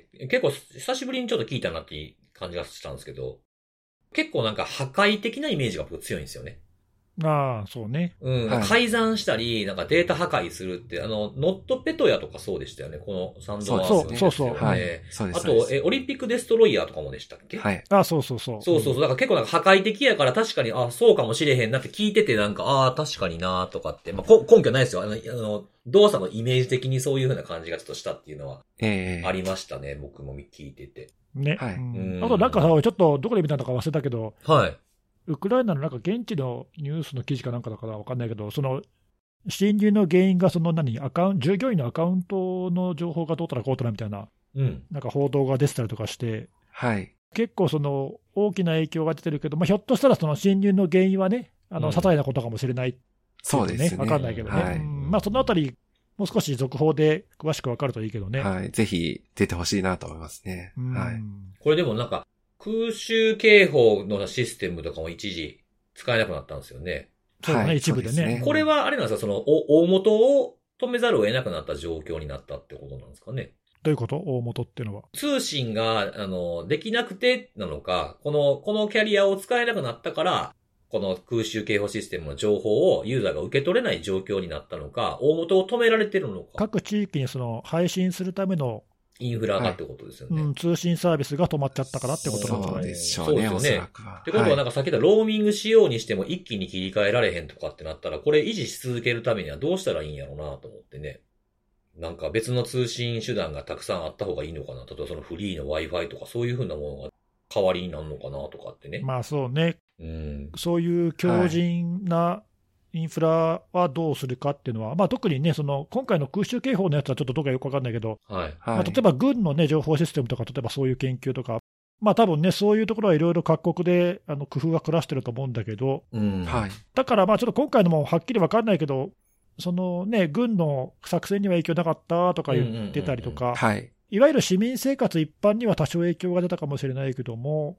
結構久しぶりにちょっと聞いたなっていう感じがしたんですけど、結構なんか破壊的なイメージが強いんですよね。 ああ、そうね。 改ざんしたり、なんかデータ破壊するって、ノットペトヤとかそうでしたよね、このサンドワーム、ね。 そう。 はい。 あと、オリンピックデストロイヤーとかもでしたっけ？ はい。 そう。 そう。だから結構なんか破壊的やから確かに、そうかもしれへんなって聞いててなんか、確かになとかって、根拠ないですよ。動作のイメージ的にそういう風な感じがちょっとしたっていうのは、ありましたね、僕も聞いてて。 ね。はい。あとなんかちょっとどこで見たのか忘れたけど、 はい。 ウクライナのなんか現地のニュースの記事かなんかだから分かんないけど、侵入の原因が従業員のアカウントの情報がどうたらこうたらみたいな、なんか報道が出てたりとかして、 はい、 結構大きな影響が出てるけど、ひょっとしたら侵入の原因はね、些細なことかもしれない、 そうですね。 分かんないけどね。はい、そのあたり、もう少し続報で詳しく分かるといいけどね。 はい。ぜひ出てほしいなと思いますね。はい。 これでもなんか、空襲警報のシステムとかも一時使えなくなったんですよね。 そうね、一部でね。 これはあれなんですか、大元を止めざるを得なくなった状況になったってことなんですかね。 どういうこと？大元っていうのは。 通信が、できなくてなのか、このキャリアを使えなくなったから、この空襲警報システムの情報をユーザーが受け取れない状況になったのか、大元を止められてるのか。 各地域に配信するためのインフラがってことですよね、 通信サービスが止まっちゃったからってことなんですかね。そうでしょうね。 そうですよね。ってことはなんかさっき言ったローミングしようにしても一気に切り替えられへんとかってなったら、これ維持し続けるためにはどうしたらいいんやろうなと思ってね。なんか別の通信手段がたくさんあった方がいいのかな。例えばフリーの Wi-Fi とかそういう風なものが代わりになるのかなとかってね。 そうね。そういう強靭なインフラはどうするかっていうのは、特にね、今回の空襲警報のやつはちょっとどうかよくわかんないけど、例えば軍のね、情報システムとか、例えばそういう研究とか、多分ね、そういうところはいろいろ各国で工夫は凝らしてると思うんだけど、だからちょっと今回のもはっきりわかんないけど、軍の作戦には影響なかったとか言ってたりとか、いわゆる市民生活一般には多少影響が出たかもしれないけども、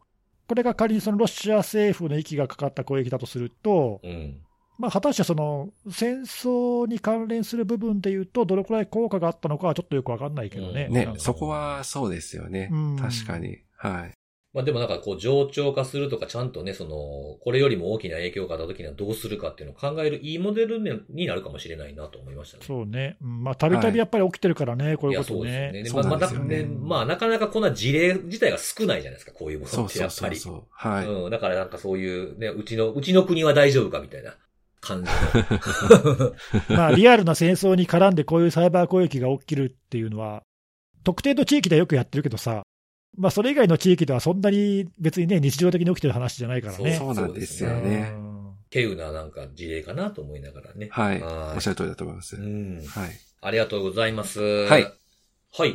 これが仮にそのロシア政府の息がかかった攻撃だとすると、果たしてその戦争に関連する部分でいうと、どれくらい効果があったのかはちょっとよくわかんないけどね。 そこはそうですよね。確かに。はい。 でもなんかこう上長化するとかちゃんとね、これよりも大きな影響があった時にはどうするかっていうのを考えるいいモデルになるかもしれないなと思いましたね。 そうね。たびたびやっぱり起きてるからね、こういうことね。 そうですね。なかなかこんな事例自体が少ないじゃないですか、こういうものってやっぱり。 はい。 だからなんかそういうね、うちの国は大丈夫かみたいな感じの。リアルな戦争に絡んでこういうサイバー攻撃が起きるっていうのは、特定の地域ではよくやってるけどさ、それ以外の地域ではそんなに別にね、日常的に起きてる話じゃないからね。 そうなんですよね。 稀有ななんか事例かなと思いながらね。 はい。おっしゃる通りだと思います。はい。 ありがとうございます。 はい。 はい。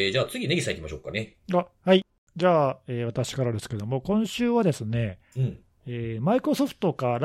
じゃあ次、ネギさん行きましょうかね。 はい。じゃあ、私からですけども、今週はですね、マイクロソフトから、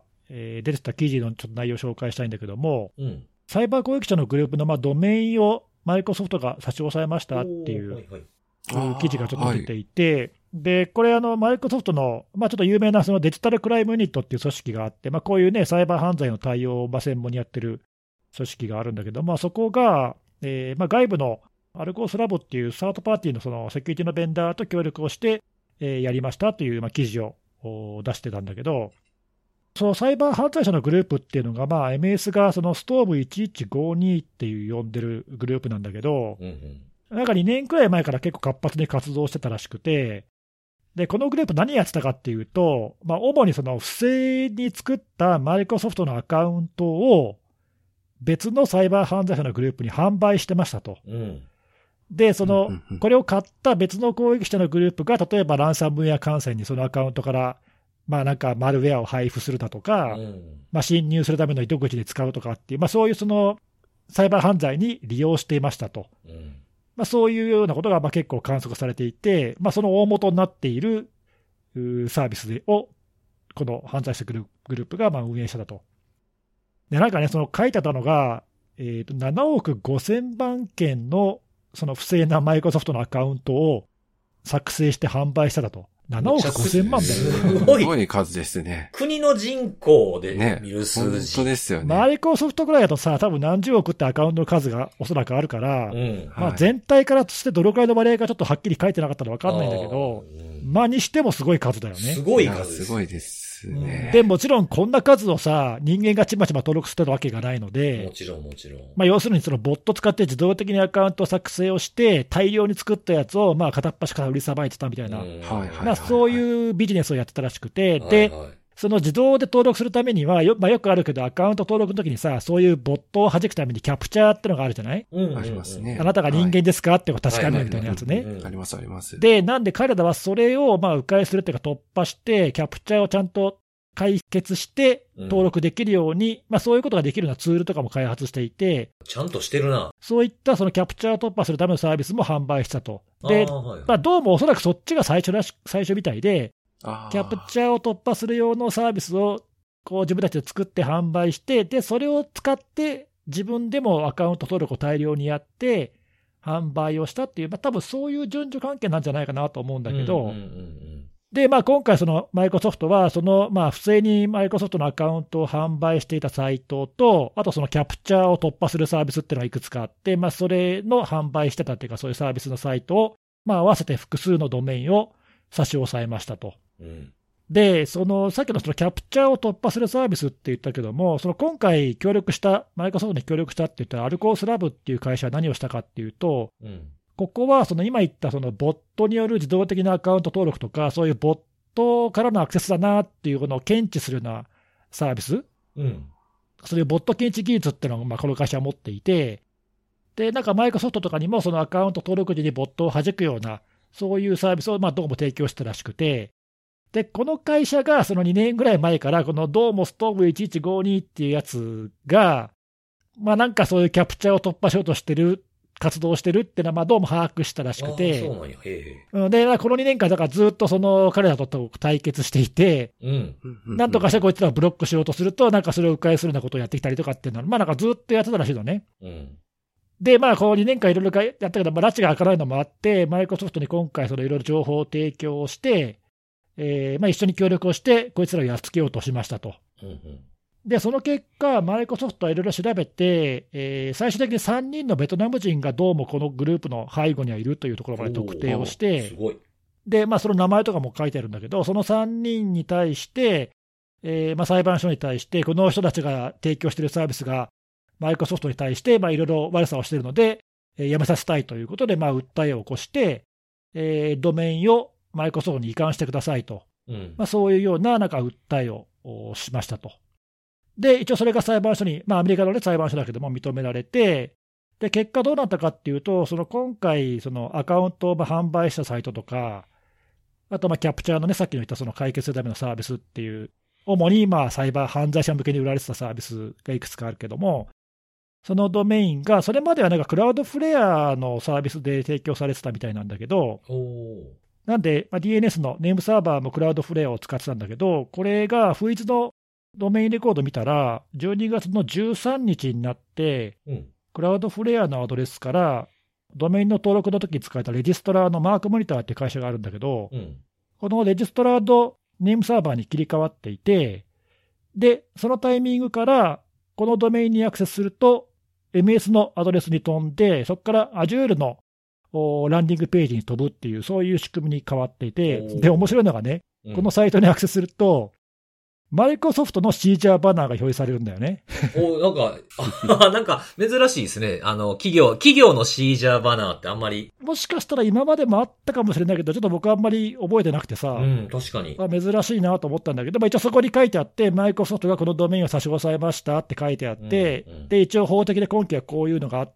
出てた記事のちょっと内容を紹介したいんだけども、サイバー攻撃者のグループのドメインをマイクロソフトが差し押さえましたっていう、記事がちょっと出ていて、で、これマイクロソフトの、ちょっと有名なそのデジタルクライムユニットっていう組織があって、こういうね、サイバー犯罪の対応を専門にやってる組織があるんだけど、そこが、外部のアルコースラボっていうサードパーティーのそのセキュリティのベンダーと協力をして、やりましたという記事を出してたんだけど、そのサイバー犯罪者のグループっていうのが、MS がそのストーブ1152っていう呼んでるグループなんだけど、なんか2年くらい前から結構活発に活動してたらしくて、で、このグループ何やってたかっていうと、主にその不正に作ったマイクロソフトのアカウントを別のサイバー犯罪者のグループに販売してましたと。で、これを買った別の攻撃者のグループが、例えばランサムウェア感染にそのアカウントから、なんかマルウェアを配布するだとか、侵入するための糸口で使うとかっていう、そういうそのサイバー犯罪に利用していましたと。そういうようなことが結構観測されていて、その大元になっているサービスを、この犯罪者グループが運営したと。で、なんかね、その書いてあったのが、7億5000万件のその不正なマイクロソフトのアカウントを作成して販売しただと。7億5000万だよね。 すごい数ですね。 国の人口で見る数字。 本当ですよね。 マイクロソフトぐらいだとさ、多分何十億ってアカウントの数がおそらくあるから、全体からとしてどのくらいの割合かちょっとはっきり書いてなかったら分かんないんだけど、にしてもすごい数だよね。 すごい数です。 すごいですね。 で、もちろんこんな数をさ、人間がちまちま登録してるわけがないので、 もちろん。 要するにそのボット使って自動的にアカウント作成をして、大量に作ったやつを片っ端から売りさばいてたみたいな、そういうビジネスをやってたらしくて、で、その自動で登録するためには、よくあるけど、アカウント登録の時にさ、そういうボットを弾くためにキャプチャーってのがあるじゃない？ ありますね。 あなたが人間ですかって確かめるみたいなやつね。 あります。 で、なんで彼らはそれを迂回するっていうか突破して、キャプチャーをちゃんと解決して登録できるように、そういうことができるようなツールとかも開発していて、 ちゃんとしてるな。 そういったそのキャプチャーを突破するためのサービスも販売したと。で、どうもおそらくそっちが最初みたいで、キャプチャーを突破する用のサービスを自分たちで作って販売して、で、それを使って自分でもアカウント登録を大量にやって、販売をしたっていう、多分そういう順序関係なんじゃないかなと思うんだけど、で、今回そのマイクロソフトは、不正にマイクロソフトのアカウントを販売していたサイトと、あとそのキャプチャーを突破するサービスっていうのがいくつかあって、それの販売してたっていうか、そういうサービスのサイトを、合わせて複数のドメインを差し押さえましたと。で、さっきのそのキャプチャーを突破するサービスって言ったけども、今回マイクロソフトに協力したって言ったアルコースラブっていう会社は何をしたかっていうと、ここは今言ったそのボットによる自動的なアカウント登録とか、そういうボットからのアクセスだなっていうのを検知するようなサービス、そういうボット検知技術っていうのをこの会社は持っていて、で、なんかマイクロソフトとかにもそのアカウント登録時にボットを弾くような、そういうサービスをどうも提供したらしくて、で、この会社がその2年ぐらい前から、このどうもストーブ1152っていうやつが、なんかそういうキャプチャーを突破しようとしてる、活動してるっていうのは、どうも把握したらしくて、で、この2年間、だからずっと彼らと対決していて、なんとかしてこいつらをブロックしようとすると、なんかそれを迂回するようなことをやってきたりとかっていうのは、なんかずっとやってたらしいのね。で、この2年間いろいろやったけど、拉致が開かないのもあって、マイクロソフトに今回、いろいろ情報を提供して、 まあ、一緒に協力をして、こいつらをやっつけようとしましたと。で、その結果、マイクロソフトはいろいろ調べて、最終的に3人のベトナム人がどうもこのグループの背後にはいるというところまで特定をして、で、まあ、その名前とかも書いてあるんだけど、その3人に対して、まあ、裁判所に対して、この人たちが提供しているサービスが、マイクロソフトに対して、まあ、いろいろ悪さをしているので、やめさせたいということで、まあ、訴えを起こして、ドメインをマイクロソフトに移管してくださいと、まあ、そういうようななんか訴えをしましたと。で、一応それが裁判所に、まあ、アメリカの、ね、裁判所だけども認められて、で結果どうなったかっていうと、その今回、そのアカウントを販売したサイトとか、あとまあキャプチャーのね、さっきの言ったその解決するためのサービスっていう、主にまあサイバー犯罪者向けに売られてたサービスがいくつかあるけども、そのドメインが、それまではなんかクラウドフレアのサービスで提供されてたみたいなんだけど、なんで、まあ、DNS のネームサーバーもクラウドフレアを使ってたんだけど、これが不一のドメインレコード見たら、12月の13日になって、クラウドフレアのアドレスから、ドメインの登録の時に使えたレジストラーのマークモニターっていう会社があるんだけど、このレジストラードネームサーバーに切り替わっていて、で、そのタイミングから、このドメインにアクセスすると、MS のアドレスに飛んで、そこから Azure のランディングページに飛ぶっていう、そういう仕組みに変わっていて、で、面白いのがね、このサイトにアクセスすると、マイクロソフトのシージャーバナーが表示されるんだよね。 なんか珍しいですね。企業のシージャーバナーってあんまり。 もしかしたら今までもあったかもしれないけど、ちょっと僕はあんまり覚えてなくてさ。 確かに。 珍しいなと思ったんだけど、一応そこに書いてあって、マイクロソフトがこのドメインを差し押さえましたって書いてあって、で、一応法的な根拠はこういうのがあって、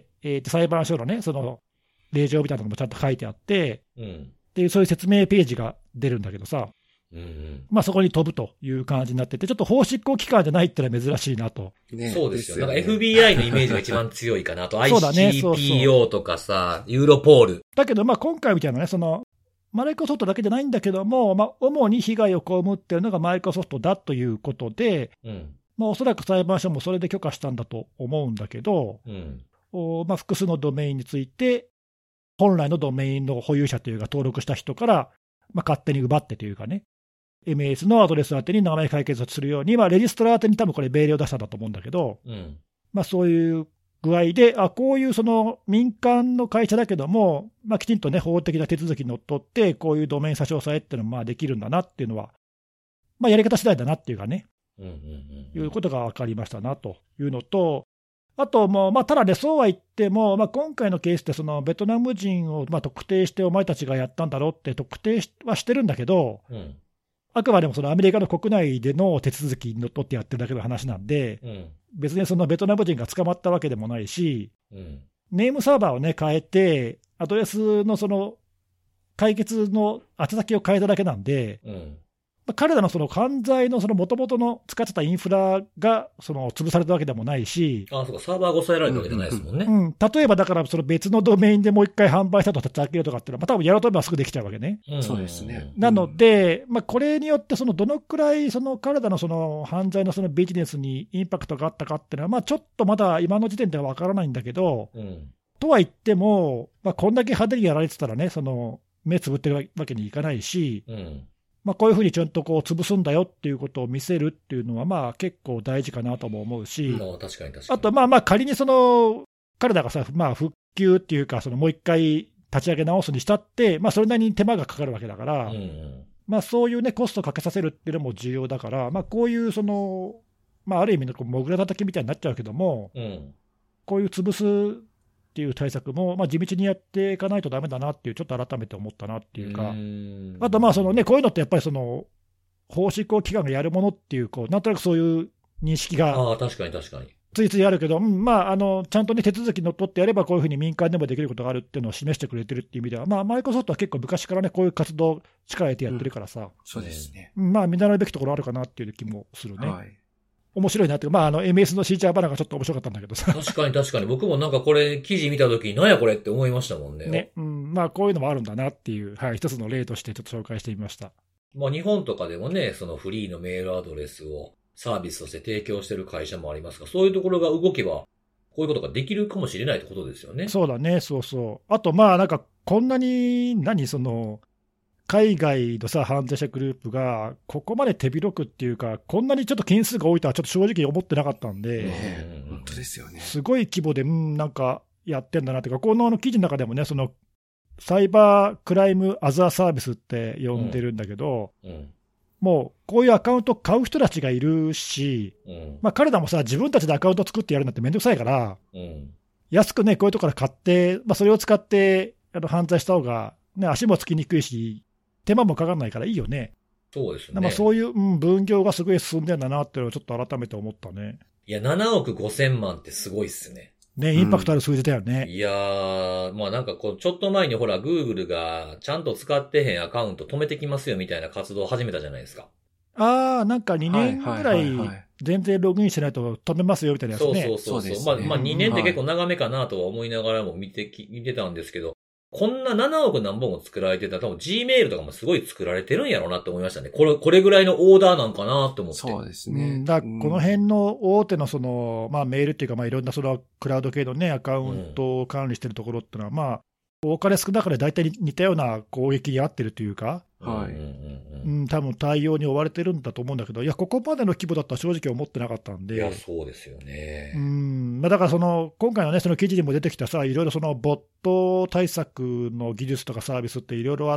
裁判所のね、その、令状みたいなのもちゃんと書いてあって、っていう、そういう説明ページが出るんだけどさ。まあそこに飛ぶという感じになってて、ちょっと法執行機関じゃないってのは珍しいなと。 そうですよ。なんか FBI のイメージが一番強いかなと。ICPO とかさ、ユーロポール。 だけどまあ今回みたいなね、その、マイクロソフトだけじゃないんだけども、まあ主に被害を被っているのがマイクロソフトだということで、まあおそらく裁判所もそれで許可したんだと思うんだけど、まあ複数のドメインについて、本来のドメインの保有者というか登録した人から、まあ勝手に奪ってというかね、MS のアドレス宛てに名前解決するように、まあ、レジストラー宛てに多分これ命令を出したんだと思うんだけど、まあ、そういう具合で、こういうその民間の会社だけども、まあ、きちんとね、法的な手続きにのっとって、こういうドメイン差し押さえっていうのもまあできるんだなっていうのは、まあ、やり方次第だなっていうかね、いうことが分かりましたなというのと、あともう、まあ、ただね、そうは言っても、まあ、今回のケースって、そのベトナム人をまあ特定して、お前たちがやったんだろうって特定はしてるんだけど、あくまでもそのアメリカの国内での手続きにのっとってやってるだけの話なんで、別にそのベトナム人が捕まったわけでもないし、ネームサーバーをね、変えて、アドレスのその解決の宛先を変えただけなんで、彼らのその犯罪のもともとの使ってたインフラがその潰されたわけでもないし、 そうか、サーバーが抑えられたわけじゃないですもんね。 例えばだからその別のドメインでもう一回販売したと立ち上げるとかっていうのは、まあ、多分やろうと思えばすぐできちゃうわけね。 そうですね。 なので、まあ、これによってどのくらいその彼らのその犯罪のそのビジネスにインパクトがあったかっていうのは、まあ、ちょっとまだ今の時点では分からないんだけど、とは言っても、まあ、こんだけ派手にやられてたらね、その目つぶってるわけにいかないし、まあ、こういうふうにちゃんとこう潰すんだよっていうことを見せるっていうのは、まあ結構大事かなとも思うし、あとまあ仮にその彼らがさ、まあ、復旧っていうか、もう一回立ち上げ直すにしたって、まあ、それなりに手間がかかるわけだから、まあ、そういうね、コストをかけさせるっていうのも重要だから、まあ、こういうまあ、ある意味のモグラ叩きみたいになっちゃうけども、こういう潰すっていう対策も、まあ、地道にやっていかないとだめだなっていう、ちょっと改めて思ったなっていうか、あとまあこういうのってやっぱり法執行機関がやるものっていう、なんとなくそういう認識がついついあるけど、まあ、ちゃんとね、手続きにのっとってやれば、こういうふうに民間でもできることがあるっていうのを示してくれてるっていう意味では、まあ、マイクロソフトは結構昔からね、こういう活動、力入れてやってるからさ、 そうですね。 まあ、見習うべきところあるかなっていう気もするね。面白いなっていうか、まあ、MS のシーチャーバナーがちょっと面白かったんだけどさ。 確かに。僕もなんかこれ、記事見たときに、なんやこれって思いましたもんね。 まあ、こういうのもあるんだなっていう、一つの例としてちょっと紹介してみました。 まあ、日本とかでもね、そのフリーのメールアドレスをサービスとして提供している会社もありますが、そういうところが動けば、こういうことができるかもしれないってことですよね。 そうだね、そうそう。あと、まあ、なんか、こんなに、 海外のさ、犯罪者グループが、ここまで手広くっていうか、こんなにちょっと件数が多いとはちょっと正直思ってなかったんで、 本当ですよね。 すごい規模で、なんかやってんだなっていうか、この記事の中でもね、その、サイバークライムアザーサービスって呼んでるんだけど、もうこういうアカウント買う人たちがいるし、まあ彼らもさ、自分たちでアカウント作ってやるなんてめんどくさいから、安くね、こういうところから買って、まあ、それを使って犯罪した方が、ね、足もつきにくいし、手間もかかんないからいいよね。 そうですね。 まあそういう、分業がすごい進んでんだなっていうのをちょっと改めて思ったね。 いや、7億5千万ってすごいっすね。 ね、インパクトある数字だよね。 いやー、まあなんかこう、ちょっと前にほら、Google がちゃんと使ってへんアカウント止めてきますよみたいな活動を始めたじゃないですか。 なんか2年ぐらい全然ログインしないと止めますよみたいなやつね。 そう。まあ2年って結構長めかなとは思いながらも見てたんですけど、こんな7億何本も作られてたら多分 Gmail とかもすごい作られてるんやろうなって思いましたね。これぐらいのオーダーなんかなって思って。 そうですね。 だこの辺の大手のその、まあメールっていうか、まあいろんなそのクラウド系のね、アカウントを管理してるところっていうのは、まあ、多かれ少なかれ大体似たような攻撃に遭ってるというか、 はい。 多分対応に追われてるんだと思うんだけど、いや、ここまでの規模だったら正直思ってなかったんで。 いや、そうですよね。 まあ、だから今回のね、その記事にも出てきたさ、いろいろそのボット対策の技術とかサービスっていろいろあって、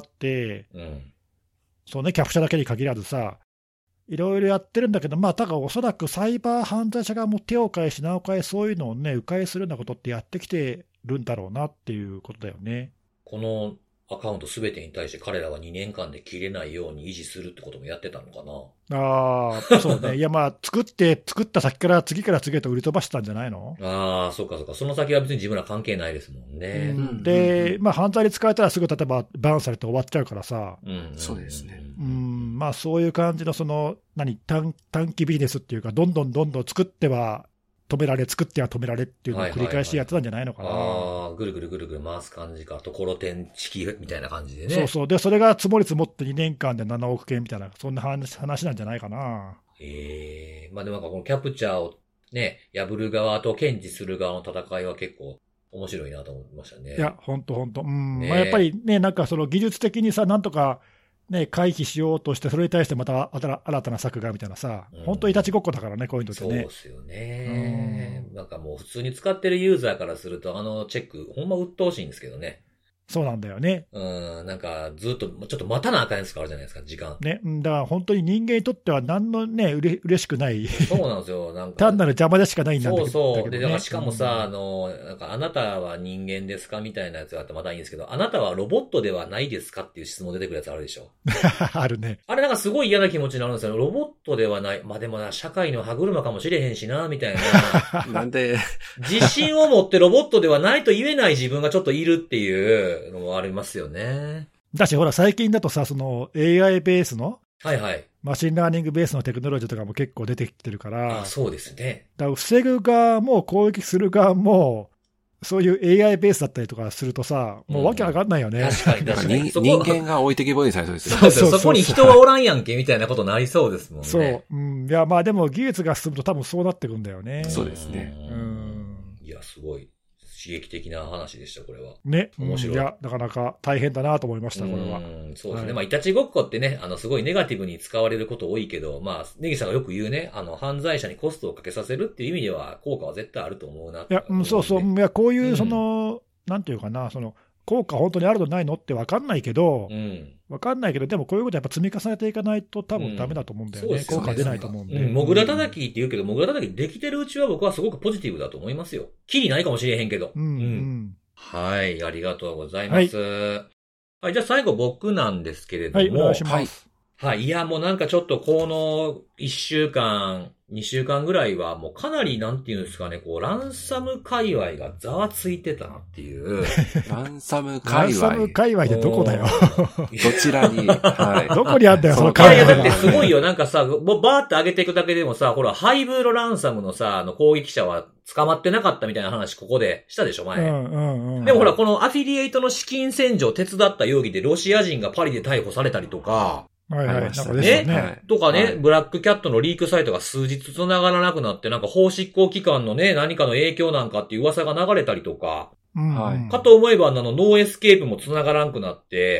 そうね、キャプチャだけに限らずさ、いろいろやってるんだけど、まあ、だからおそらくサイバー犯罪者がもう手を変え品を変え、そういうのをね、迂回するようなことってやってきてるんだろうなっていうことだよね。 このアカウントすべてに対して彼らは2年間で切れないように維持するってこともやってたのかな。 そうね。いや、まあ、作った先から次から次へと売り飛ばしてたんじゃないの？ そうか。その先は別に自分ら関係ないですもんね。 で、まあ、犯罪に使えたらすぐ例えばバンされて終わっちゃうからさ。 そうですね。 まあ、そういう感じの短期ビジネスっていうか、どんどん作っては止められ、作っては止められっていうのを繰り返しやってたんじゃないのかな。 ぐるぐる回す感じか。ところてん式みたいな感じでね。 そう。で、それが積もって2年間で7億件みたいな、そんな話なんじゃないかな。 まあでもなんかこのキャプチャーをね、破る側と検知する側の戦いは結構面白いなと思いましたね。 いや、ほんと。まあ、やっぱりね、なんかその技術的にさ、なんとか、ね、回避しようとして、それに対してまた新たな策がみたいなさ、本当にいたちごっこだからね、こういうのってね。 そうですよね。なんかもう普通に使ってるユーザーからすると、チェック、ほんま鬱陶しいんですけどね。 そうなんだよね。 なんかずっと、ちょっと待たなあかんやつがあるじゃないですか、時間。 ね、だから本当に人間にとっては何のね、嬉しくない。 そうなんですよ、なんか。 単なる邪魔でしかないんだけど、ね。 そう。で、だからしかもさ、なんかあなたは人間ですかみたいなやつがあってまだいいんですけど、あなたはロボットではないですかっていう質問出てくるやつあるでしょ。 あるね。 あれなんかすごい嫌な気持ちになるんですよ。ロボットではない。まあでもな、社会の歯車かもしれへんしな、みたいな。 なんで自信を持ってロボットではないと言えない自分がちょっといるっていうのもありますよね。 だし、ほら、最近だとさ、その AI ベースの、マシンラーニングベースのテクノロジーとかも結構出てきてるから、 そうですね。 だから防ぐ側も攻撃する側も、そういう AI ベースだったりとかするとさ、もうわけわかんないよね。 確かに。 人間が置いてけぼりにされそうですよね。 そこに人はおらんやんけ、みたいなことになりそうですもんね。 そう。いや、まあでも技術が進むと多分そうなってくんだよね。 そうですね。 いや、すごい。刺激的な話でした、これは。 ね。 面白い。 いや、なかなか大変だなと思いました、これは。 そうですね。まあ、いたちごっこってね、すごいネガティブに使われること多いけど、まあ、ネギさんがよく言うね、犯罪者にコストをかけさせるっていう意味では、効果は絶対あると思うな。いや、そう。いや、こういう、なんていうかな、効果本当にあるのないのって分かんないけど、でもこういうことやっぱ積み重ねていかないと多分ダメだと思うんだよね。効果出ないと思うんで。 モグラ叩きって言うけど、モグラ叩きできてるうちは僕はすごくポジティブだと思いますよ。キリないかもしれへんけど。はい、ありがとうございます。はい、じゃあ最後僕なんですけれども。 はい、お願いします。 はい、いやもうなんかちょっとこの1週間、2週間ぐらいはもうかなりなんていうんですかね、こうランサム界隈がざわついてたなっていう。 ランサム界隈。 ランサム界隈ってどこだよ。 どちらに、はい。 どこにあんだよ、その界隈。 いやだってすごいよ、なんかさ、バーって上げていくだけでもさ、ほら、ハイブーロランサムのさ、攻撃者は捕まってなかったみたいな話ここでしたでしょ、前。でもほら、このアフィリエイトの資金洗浄を手伝った容疑でロシア人がパリで逮捕されたりとか、 ね。 とかね、ブラックキャットのリークサイトが数日繋がらなくなって、なんか法執行機関のね、何かの影響なんかっていう噂が流れたりとか、かと思えばノーエスケープも繋がらんくなって、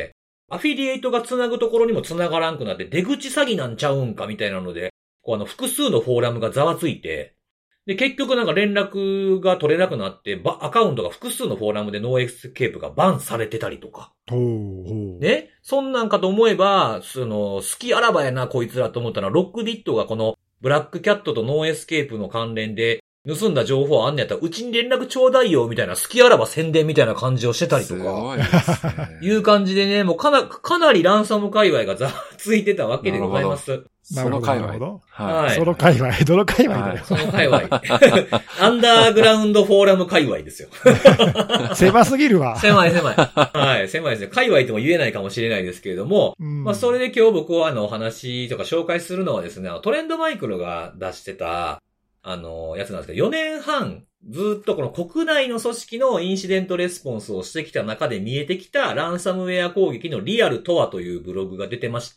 アフィリエイトが繋ぐところにも繋がらんくなって、出口詐欺なんちゃうんかみたいなので、複数のフォーラムがざわついて、で、結局なんか連絡が取れなくなって、アカウントが複数のフォーラムでノーエスケープがバンされてたりとか。ね。そんなんかと思えば、好きあらばやな、こいつらと思ったら、ロックビットがこの、ブラックキャットとノーエスケープの関連で、盗んだ情報あんねやったら、うちに連絡ちょうだいよ、みたいな、好きあらば宣伝みたいな感じをしてたりとか。すごいですね。いう感じでね、もうかなりランサム界隈がざわついてたわけでございます。 その界隈。 はい。その界隈。どの界隈だよ。 その界隈。アンダーグラウンドフォーラム界隈ですよ。 狭すぎるわ。 狭い。はい。狭いですね。界隈とも言えないかもしれないですけれども、まあそれで今日僕はお話とか紹介するのはですね、トレンドマイクロが出してた、やつなんですけど、4年半、ずっとこの国内の組織のインシデントレスポンスをしてきた中で見えてきたランサムウェア攻撃のリアルとはというブログが出てまして、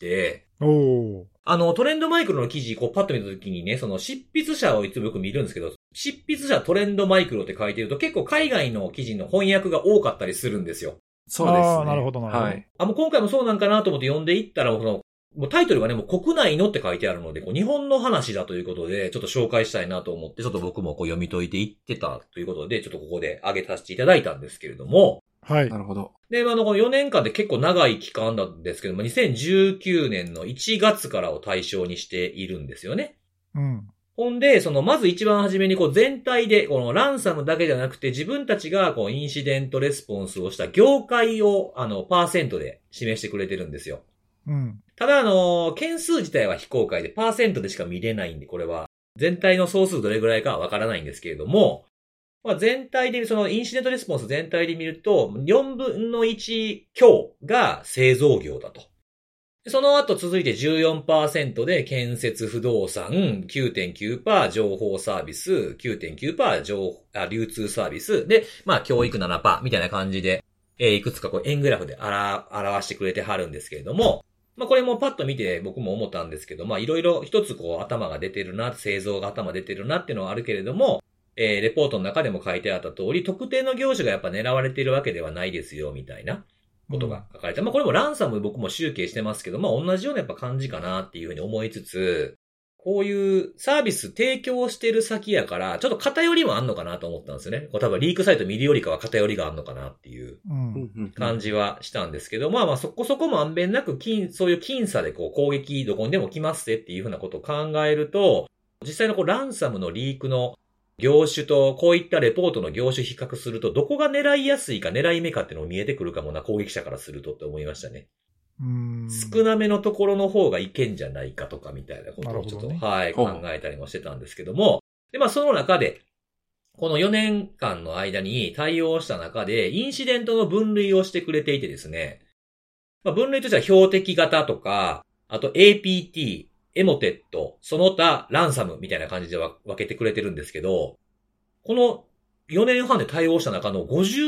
トレンドマイクロの記事、パッと見たときにね、その執筆者をいつもよく見るんですけど、執筆者トレンドマイクロって書いてると結構海外の記事の翻訳が多かったりするんですよ。 そうですね。 なるほど。はい。 もう今回もそうなんかなと思って読んでいったら、もうタイトルがね、もう国内のって書いてあるので、日本の話だということで、ちょっと紹介したいなと思って、ちょっと僕も読み解いていってたということで、ちょっとここで挙げさせていただいたんですけれども。 はい。 なるほど。 で、この4年間で結構長い期間なんですけども、2019年の1月からを対象にしているんですよね。 うん。 ほんで、まず一番初めに全体で、このランサムだけじゃなくて、自分たちがインシデントレスポンスをした業界を、パーセントで示してくれてるんですよ。 うん。 ただ件数自体は非公開でパーセントでしか見れないんで、これは全体の総数どれぐらいかはわからないんですけれども、まあ、全体でインシデントレスポンス全体で見ると、4分の1強が製造業だと。その後続いて 14% で建設不動産、9.9% 情報サービス、9.9% 流通サービス、で、まあ教育 7% みたいな感じで、いくつか円グラフで表してくれてはるんですけれども、まあこれもパッと見て僕も思ったんですけど、まあいろいろ一つ頭が出てるな、製造が頭出てるなっていうのはあるけれども、レポートの中でも書いてあった通り、特定の業種がやっぱ狙われているわけではないですよ、みたいなことが書かれて、まあこれもランサム僕も集計してますけど、まあ同じようなやっぱ感じかなっていうふうに思いつつ、こういうサービス提供してる先やから、ちょっと偏りもあんのかなと思ったんですよね。多分リークサイト見るよりかは偏りがあんのかなっていう感じはしたんですけど、まあまあそこそこまんべんなくそういう僅差で攻撃どこにでも来ますぜっていうふうなことを考えると、実際のランサムのリークの業種とこういったレポートの業種比較すると、どこが狙いやすいか狙い目かっていうのも見えてくるかもな、攻撃者からするとって思いましたね。少なめのところの方がいけんじゃないかとかみたいなことをちょっと、はい、考えたりもしてたんですけども。で、まあその中で、この4年間の間に対応した中で、インシデントの分類をしてくれていてですね。まあ分類としては標的型とか、あと APT、エモテット、その他、ランサムみたいな感じで分けてくれてるんですけど、この4年半で対応した中の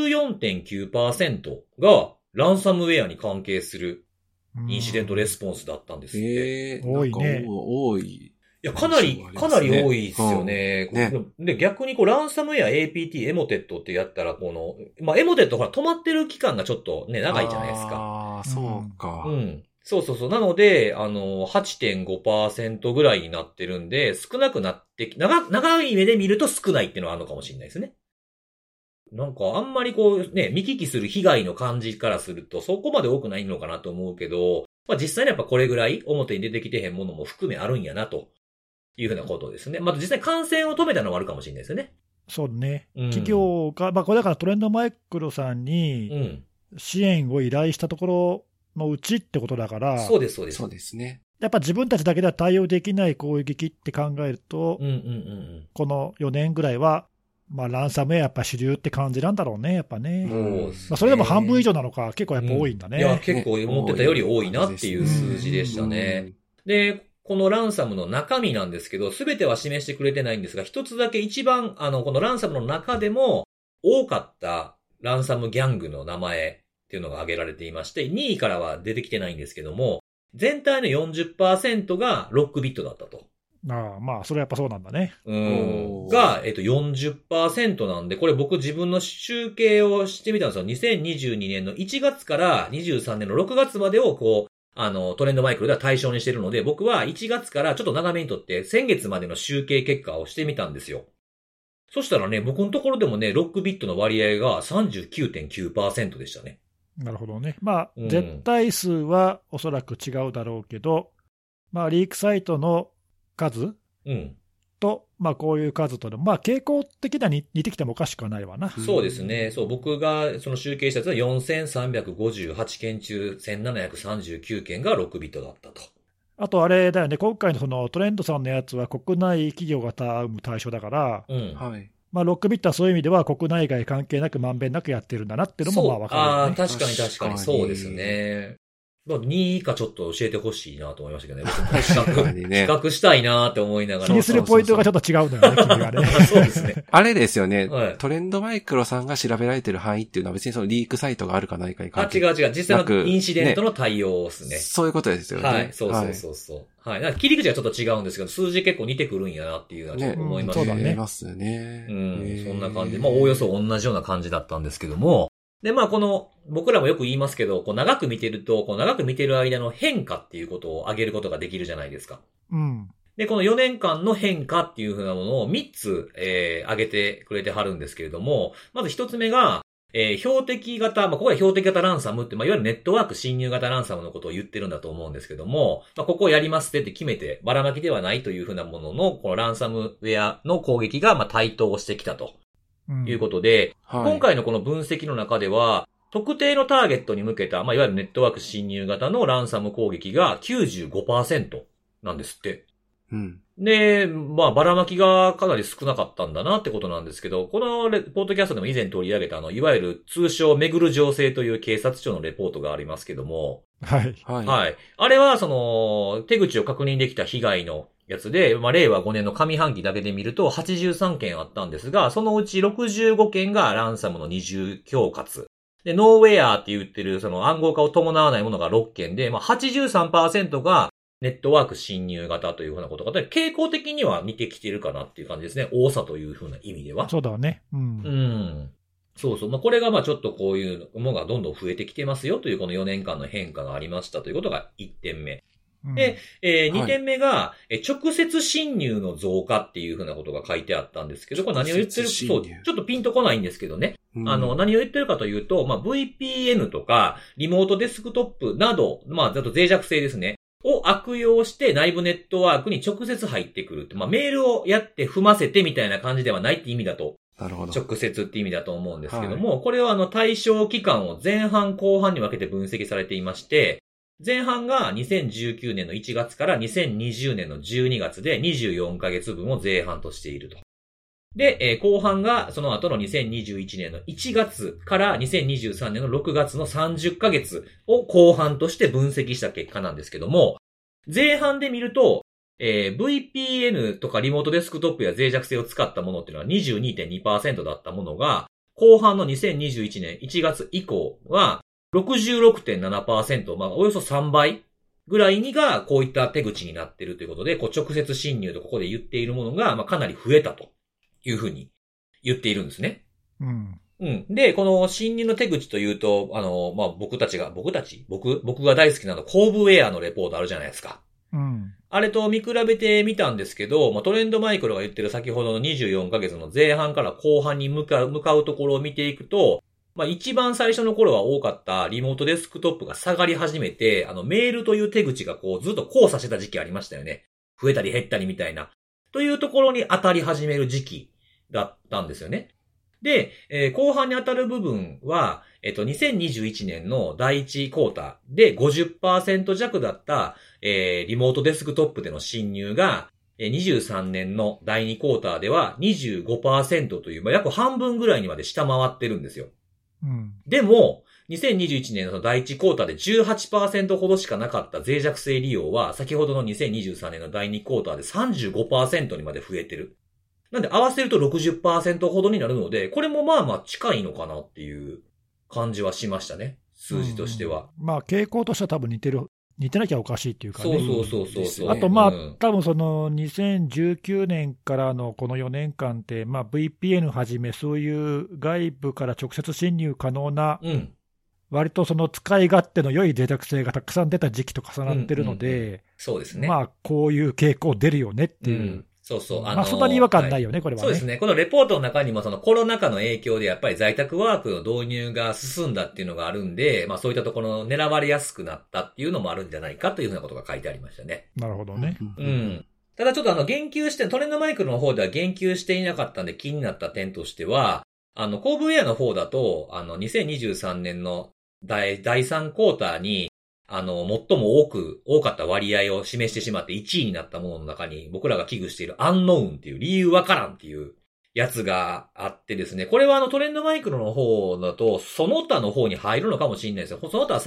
54.9% がランサムウェアに関係するインシデントレスポンスだったんですって。 多いね。 多い。 いや、かなり多いですよね。で、逆にランサムウェア APT、エモテットってやったら、まあ、エモテットほら止まってる期間がちょっとね、長いじゃないですか。 ああ、そうか。 うん。そう。なので、8.5% ぐらいになってるんで、少なくなって長い目で見ると少ないっていうのはあるのかもしれないですね。なんかあんまり見聞きする被害の感じからするとそこまで多くないのかなと思うけど、まあ実際にやっぱこれぐらい表に出てきてへんものも含めあるんやなというふうなことですね。まあ実際感染を止めたのもあるかもしれないですよね。 そうね。企業が、まあこれだからトレンドマイクロさんに支援を依頼したところのうちってことだから。 そうです。 そうですね。 やっぱ自分たちだけでは対応できない攻撃って考えると、この4年ぐらいはまあ、ランサムウェアやっぱ主流って感じなんだろうね、やっぱね。まあ、それでも半分以上なのか、結構やっぱ多いんだね。 いや、結構思ってたより多いなっていう数字でしたね。で、このランサムの中身なんですけど、すべては示してくれてないんですが、一つだけ一番、このランサムの中でも多かったランサムギャングの名前っていうのが挙げられていまして、2位からは出てきてないんですけども、全体の 40% がロックビットだったと。 ああ、まあ、それはやっぱそうなんだね。 が、40% なんで、これ僕自分の集計をしてみたんですよ。2022年の1月から23年の6月までをこう、トレンドマイクロでは対象にしてるので、僕は1月からちょっと長めにとって先月までの集計結果をしてみたんですよ。そしたらね、僕のところでもね、ロックビットの割合が 39.9% でしたね。 なるほどね。まあ、絶対数はおそらく違うだろうけど、まあ、リークサイトの数、と、まあ、こういう数とでも、まあ、傾向的には似てきてもおかしくはないわな。 そうですね。そう、僕がその集計したやつは4358件中1739件が6ビットだったと。 あとあれだよね、今回のそのトレンドさんのやつは国内企業が頼む対象だから、 はい。 まあ、ロックビットはそういう意味では国内外関係なくまんべんなくやってるんだなっていうのもまあ分かるよね。 確かにそうですね。2位かちょっと教えてほしいなと思いましたけどね。比較したいなって思いながら。 気にするポイントがちょっと違うんだよね、君はね。 そうですね。 あれですよね、はい。トレンドマイクロさんが調べられてる範囲っていうのは別にそのリークサイトがあるかないかに関係なく。 違う。実際のインシデントの対応ですね。 そういうことですよね。 はい。そう。はい。だから切り口はちょっと違うんですけど、数字結構似てくるんやなっていうのはちょっと思いますね。 そうだね。 ますね。 そんな感じ。まあ、おおよそ同じような感じだったんですけども、で、まあ、僕らもよく言いますけど、長く見てると、長く見てる間の変化っていうことを上げることができるじゃないですか。で、この4年間の変化っていう風なものを3つ、上げてくれてはるんですけれども、まず1つ目が、標的型、ここは標的型ランサムって、いわゆるネットワーク侵入型ランサムのことを言ってるんだと思うんですけども、ここをやりますって決めて、ばらまきではないという風なものの、このランサムウェアの攻撃が、台頭してきたと。いうことで、今回のこの分析の中では、特定のターゲットに向けた、いわゆるネットワーク侵入型のランサム攻撃が 95% なんですって。で、ばらまきがかなり少なかったんだなってことなんですけど、このポッドキャストでも以前取り上げたいわゆる通称めぐる情勢という警察庁のレポートがありますけども、 はい。 あれは手口を確認できた被害のやつで、令和5年の上半期だけで見ると83件あったんですが、そのうち65件がランサムの二重恐喝。で、ノーウェアって言ってる暗号化を伴わないものが6件で、83% がネットワーク侵入型というふうなことが、傾向的には似てきてるかなっていう感じですね。多さというふうな意味では。 そうだね。 そう。これがちょっとこういうものがどんどん増えてきてますよというこの4年間の変化がありましたということが1点目。で、2点目が、直接侵入の増加っていうふうなことが書いてあったんですけど、これ何を言ってるか、そう、ちょっとピンとこないんですけどね。何を言ってるかというと、VPN とか、リモートデスクトップなど、あと脆弱性ですね。を悪用して内部ネットワークに直接入ってくるって、メールをやって踏ませてみたいな感じではないって意味だと。 なるほど。 直接って意味だと思うんですけども、これは対象期間を前半後半に分けて分析されていまして、前半が2019年の1月から2020年の12月で24ヶ月分を前半としていると。で、後半がその後の2021年の1月から2023年の6月の30ヶ月を後半として分析した結果なんですけども、前半で見ると、VPN とかリモートデスクトップや脆弱性を使ったものっていうのは 22.2% だったものが、後半の2021年1月以降は 66.7%、およそ3倍ぐらいにがこういった手口になっているということで、直接侵入とここで言っているものが、かなり増えたというふうに言っているんですね。で、この侵入の手口というと、僕が大好きなコーブウェアのレポートあるじゃないですか。あれと見比べてみたんですけど、トレンドマイクロが言ってる先ほどの24ヶ月の前半から後半に向かうところを見ていくと、一番最初の頃は多かったリモートデスクトップが下がり始めて、メールという手口がずっと交差してた時期ありましたよね。増えたり減ったりみたいな。というところに当たり始める時期だったんですよね。で、後半に当たる部分は、2021年の第1クォーターで 50% 弱だった、リモートデスクトップでの侵入が、23年の第2クォーターでは 25% という、約半分ぐらいにまで下回ってるんですよ。でも、2021年の第1クォーターで 18% ほどしかなかった脆弱性利用は、先ほどの2023年の第2クォーターで 35% にまで増えてる。なんで合わせると 60% ほどになるので、これも近いのかなっていう感じはしましたね。数字としては。 傾向としては多分似てる似てなきゃおかしいっていうかね。そう。 あとまあ、多分その2019年からのこの4年間って、まあ VPN はじめそういう外部から直接侵入可能な、割とその使い勝手の良い脆弱性がたくさん出た時期と重なってるので、 そうですね。 まあこういう傾向出るよねっていう。 そう。 まあそんなに違和感ないよね、これはね。 そうですね。このレポートの中にもそのコロナ禍の影響でやっぱり在宅ワークの導入が進んだっていうのがあるんで、まあそういったところ狙われやすくなったっていうのもあるんじゃないかというふうなことが書いてありましたね。 なるほどね。 ただちょっと言及して、トレンドマイクロの方では言及していなかったんで気になった点としては、コーブウェアの方だと、2023年の第3クォーターに、最も多かった割合を示してしまって1位になったものの中に僕らが危惧しているアンノーンっていう理由わからんっていうやつがあってですね。これはトレンドマイクロの方だとその他の方に入るのかもしれないですよ。その他は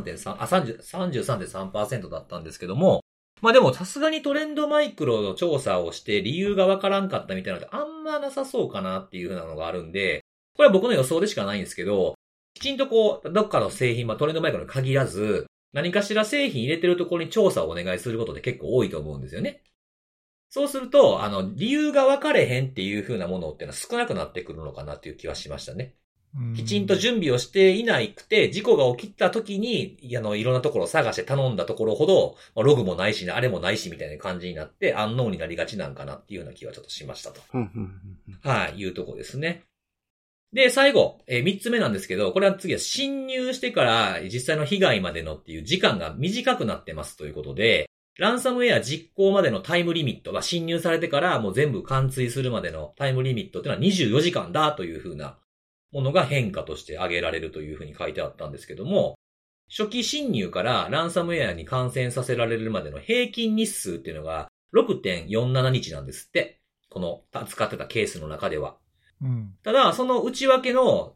33.3% だったんですけども。まあでもさすがにトレンドマイクロの調査をして理由がわからんかったみたいなのってあんまなさそうかなっていう風なのがあるんで、これは僕の予想でしかないんですけど、きちんとどっかの製品、トレンドマイクロに限らず、何かしら製品入れてるところに調査をお願いすることで結構多いと思うんですよね。そうすると、理由が分かれへんっていう風なものっていうのは少なくなってくるのかなっていう気はしましたね。きちんと準備をしていなくて、事故が起きた時に、いろんなところを探して頼んだところほど、ログもないし、あれもないしみたいな感じになって、アンノーンになりがちなんかなっていうような気はちょっとしましたと。はい、いうとこですね。で、最後、3つ目なんですけど、これは次は侵入してから実際の被害までのっていう時間が短くなってますということで、ランサムウェア実行までのタイムリミットが侵入されてからもう全部完遂するまでのタイムリミットっていうのは24時間だというふうなものが変化として挙げられるというふうに書いてあったんですけども、初期侵入からランサムウェアに感染させられるまでの平均日数っていうのが 6.47 日なんですって。この使ってたケースの中では。ただ、その内訳の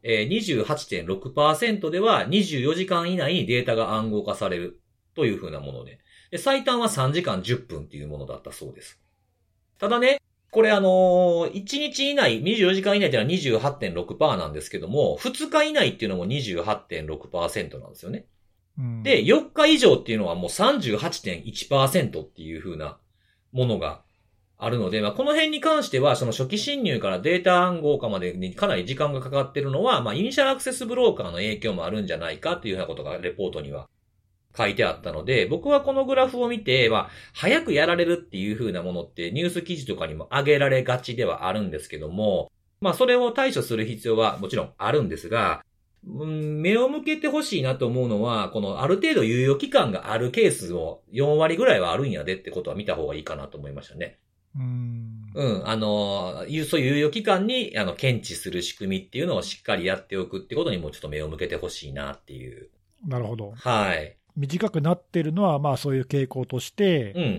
28.6% では24時間以内にデータが暗号化されるというふうなもので、最短は3時間10分っていうものだったそうです。ただね、これ1日以内、24時間以内っていうのは 28.6% なんですけども、2日以内っていうのも 28.6% なんですよね。で、4日以上っていうのはもう 38.1% っていうふうなものがあるので、この辺に関しては、その初期侵入からデータ暗号化までにかなり時間がかかっているのは、イニシャルアクセスブローカーの影響もあるんじゃないかというようなことがレポートには書いてあったので、僕はこのグラフを見て、早くやられるっていう風なものってニュース記事とかにも上げられがちではあるんですけども、それを対処する必要はもちろんあるんですが、目を向けてほしいなと思うのは、このある程度猶予期間があるケースを4割ぐらいはあるんやでってことは見た方がいいかなと思いましたね。そういう猶予期間に、検知する仕組みっていうのをしっかりやっておくってことにもちょっと目を向けてほしいなっていう。 なるほど。 はい。 短くなってるのは、そういう傾向として、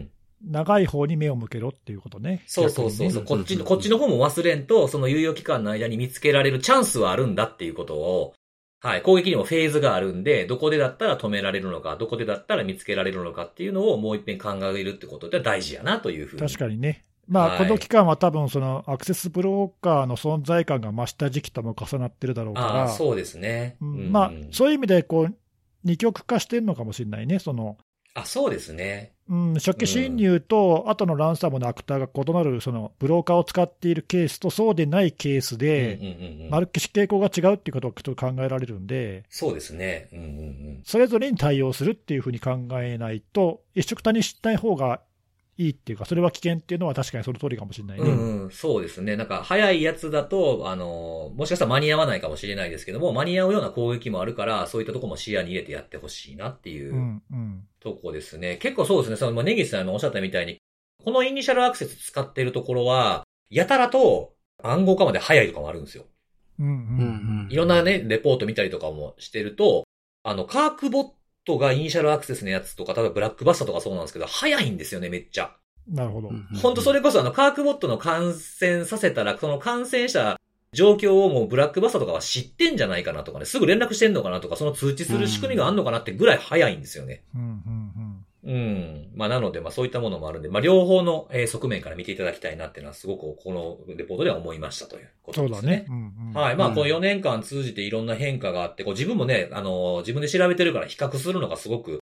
長い方に目を向けろっていうことね。 そう。こっちの方も忘れんと、その猶予期間の間に見つけられるチャンスはあるんだっていうことを、はい。攻撃にもフェーズがあるんで、どこでだったら止められるのか、どこでだったら見つけられるのかっていうのをもう一遍考えるってことって大事やなというふうに。 確かにね。この期間は多分そのアクセスブローカーの存在感が増した時期とも重なってるだろうから。 そうですね。 そういう意味で二極化してるのかもしれないね、 そうですね。 初期侵入と後のランサムのアクターが異なる、ブローカーを使っているケースとそうでないケースで、まるっきし傾向が違うっていうことをちょっと考えられるんで、 そうですね。 それぞれに対応するっていうふうに考えないと、一緒くたにしない方がいいっていうか、それは危険っていうのは確かにその通りかもしれないね。 そうですね。なんか早いやつだと、もしかしたら間に合わないかもしれないですけども、間に合うような攻撃もあるから、そういったところも視野に入れてやってほしいなっていうとこですね。結構そうですね。根岸さんのおっしゃったみたいに、このイニシャルアクセス使っているところは、やたらと暗号化まで早いとかもあるんですよ。いろんなね、レポート見たりとかもしてると、カークボットがイニシャルアクセスのやつとか、例えばブラックバスターとかそうなんですけど、早いんですよね、めっちゃ。 なるほど。 本当それこそカークボットの感染させたら、その感染者状況をもうブラックバスターとかは知ってんじゃないかなとかね、すぐ連絡してんのかなとか、その通知する仕組みがあんのかなってぐらい早いんですよね。なので、そういったものもあるんで、両方の側面から見ていただきたいなっていうのはすごくこのレポートでは思いましたということですね。 そうだね。 はい。この4年間通じていろんな変化があって、自分もね、自分で調べてるから比較するのがすごく、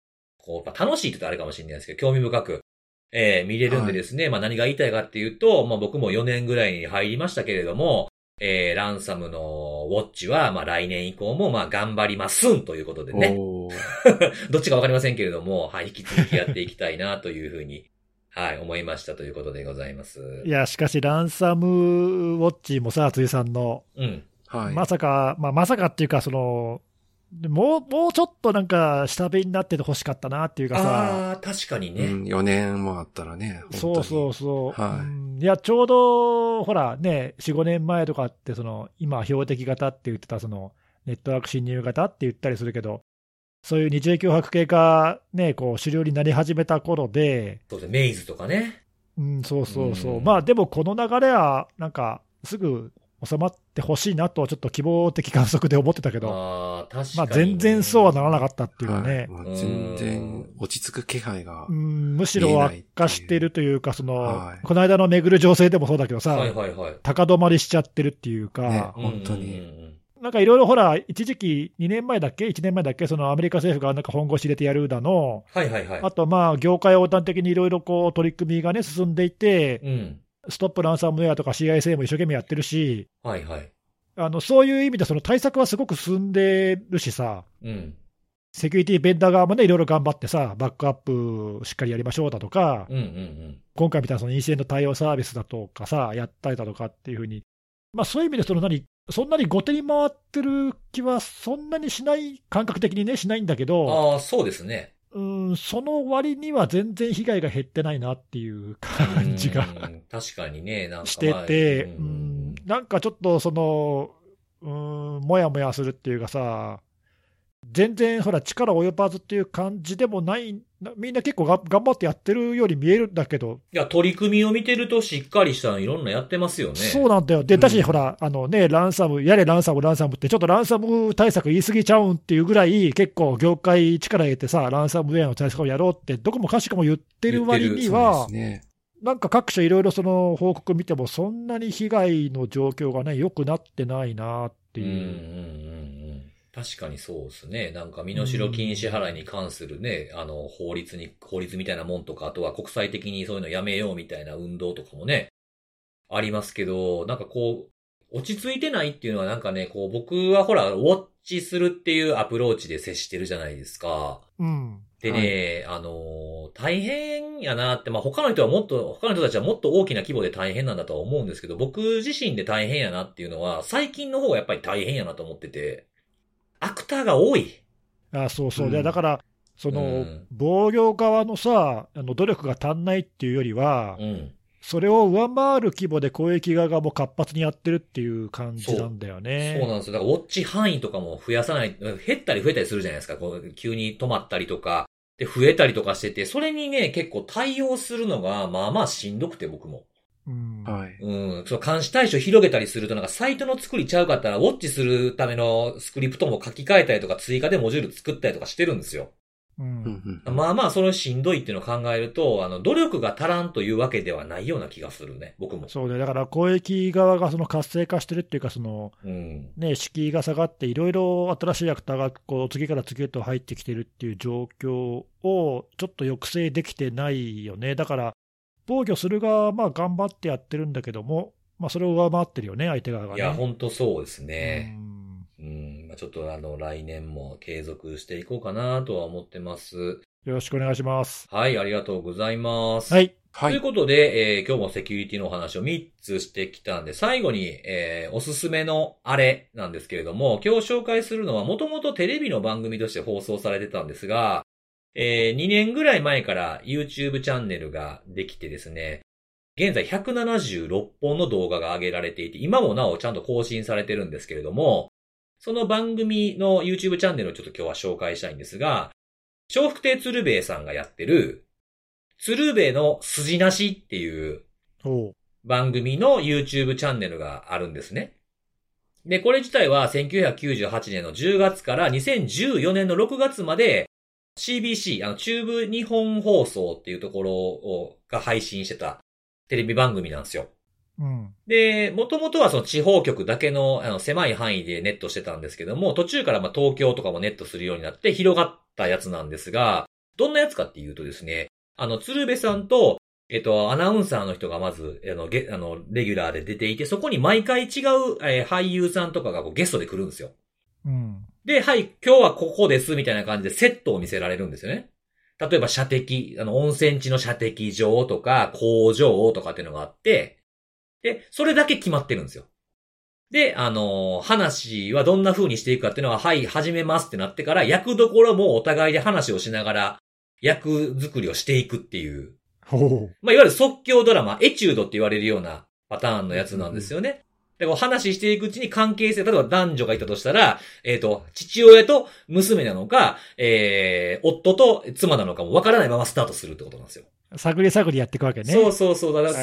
こう、楽しいって言ったらあれかもしれないですけど、興味深く、見れるんでですね、何が言いたいかっていうと、僕も4年ぐらいに入りましたけれども、ランサムのウォッチは、来年以降も、頑張りますんということでね。どっちかわかりませんけれども、引き続きやっていきたいなというふうに、思いましたということでございます。 いや、しかし、ランサムウォッチもさ、辻さんの、まさかっていうか、もうちょっとなんか下火になってて欲しかったなっていうかさ。 確かにね。 4年もあったらね。 そう。いや、ちょうど、ほらね、4、5年前とかって、今、標的型って言ってた、ネットワーク侵入型って言ったりするけど、そういう二重脅迫系がね、こう、主流になり始めた頃で。 そうですね、メイズとかね。 そう。でもこの流れは、なんか、すぐ、収まってほしいなと、ちょっと希望的観測で思ってたけど、 確かに全然そうはならなかったっていうかね。 全然落ち着く気配が。 むしろ悪化しているというか、この間の巡る情勢でもそうだけどさ、高止まりしちゃってるっていうか、 本当に。 なんかいろいろほら、一時期2年前だっけ ?1 年前だっけアメリカ政府がなんか本腰入れてやるだの、あと業界横断的にいろいろこう取り組みがね、進んでいて、ストップランサムウェアとか CISA も一生懸命やってるし、そういう意味でその対策はすごく進んでるしさ、セキュリティベンダー側もね、いろいろ頑張ってさ、バックアップしっかりやりましょうだとか、今回みたいなそのインシデント対応サービスだとかさ、やったりだとかっていうふうに、そういう意味でそんなに後手に回ってる気はそんなにしない、感覚的にね、しないんだけど、 そうですね。 その割には全然被害が減ってないなっていう感じが確かにね、なんかしてて、なんかちょっともやもやするっていうかさ、全然ほら力及ばずっていう感じでもない、みんな結構頑張ってやってるように見えるんだけど。 いや、取り組みを見てるとしっかりしたのいろんなやってますよね。 そうなんだよ。で、だしほら、ランサムってちょっとランサム対策言い過ぎちゃうんっていうぐらい結構業界力入れてさ、ランサムウェアの対策をやろうってどこもかしこも言ってる割には、なんか各社いろいろその報告見てもそんなに被害の状況がね、良くなってないなっていう。 確かにそうですね。なんか身代金支払いに関するね、法律みたいなもんとか、あとは国際的にそういうのやめようみたいな運動とかもね、ありますけど、なんかこう、落ち着いてないっていうのはなんかね、こう僕はほら、ウォッチするっていうアプローチで接してるじゃないですか。でね、大変やなって、他の人たちはもっと大きな規模で大変なんだとは思うんですけど、僕自身で大変やなっていうのは、最近の方がやっぱり大変やなと思ってて、アクターが多い。 そう。だから、防御側のさ、努力が足んないっていうよりは、それを上回る規模で攻撃側がもう活発にやってるっていう感じなんだよね。 そうなんですよ。だからウォッチ範囲とかも増やさない、減ったり増えたりするじゃないですか。こう急に止まったりとか、で増えたりとかしてて、それにね、結構対応するのが、しんどくて僕も。その監視対象広げたりするとなんかサイトの作りちゃうかったらウォッチするためのスクリプトも書き換えたりとか追加でモジュール作ったりとかしてるんですよ。それしんどいっていうのを考えると、努力が足らんというわけではないような気がするね、僕も。 そうだから攻撃側が活性化してるっていうか敷居が下がっていろいろ新しいアクターがこう次から次へと入ってきてるっていう状況をちょっと抑制できてないよね。だから防御する側は頑張ってやってるんだけども、それを上回ってるよね、相手側がね。 いや、本当そうですね。ちょっと来年も継続していこうかなとは思ってます。よろしくお願いします。 はい、ありがとうございます。 はい。 ということで、今日もセキュリティのお話を3つしてきたんで、最後に、おすすめのあれなんですけれども、今日紹介するのはもともとテレビの番組として放送されてたんですが、2年ぐらい前から YouTube チャンネルができてですね、現在176本の動画が上げられていて、今もなおちゃんと更新されてるんですけれども、その番組の YouTube チャンネルをちょっと今日は紹介したいんですが、笑福亭鶴瓶さんがやってる、鶴瓶の筋なしっていう番組の YouTube チャンネルがあるんですね。で、これ自体は1998年の10月から2014年の6月まで CBC、中部日本放送っていうところが配信してたテレビ番組なんですよ。で、もともとはその地方局だけの狭い範囲でネットしてたんですけども、途中から東京とかもネットするようになって広がったやつなんですが、 どんなやつかっていうとですね、鶴瓶さんと、アナウンサーの人がまず、レギュラーで出ていて、そこに毎回違う、俳優さんとかがこうゲストで来るんですよ。 うん。 で、はい、今日はここです、みたいな感じでセットを見せられるんですよね。例えば射的、温泉地の射的場とか、工場とかっていうのがあって、で、それだけ決まってるんですよ。で、話はどんな風にしていくかっていうのは、はい、始めますってなってから、役どころもお互いで話をしながら、役作りをしていくっていう。まあ、いわゆる即興ドラマ、エチュードって言われるようなパターンのやつなんですよね。で、こう話していくうちに関係性、例えば男女がいたとしたら、父親と娘なのか、夫と妻なのかもわからないままスタートするってことなんですよ。 探り探りやっていくわけね。 そうそうそう。だから、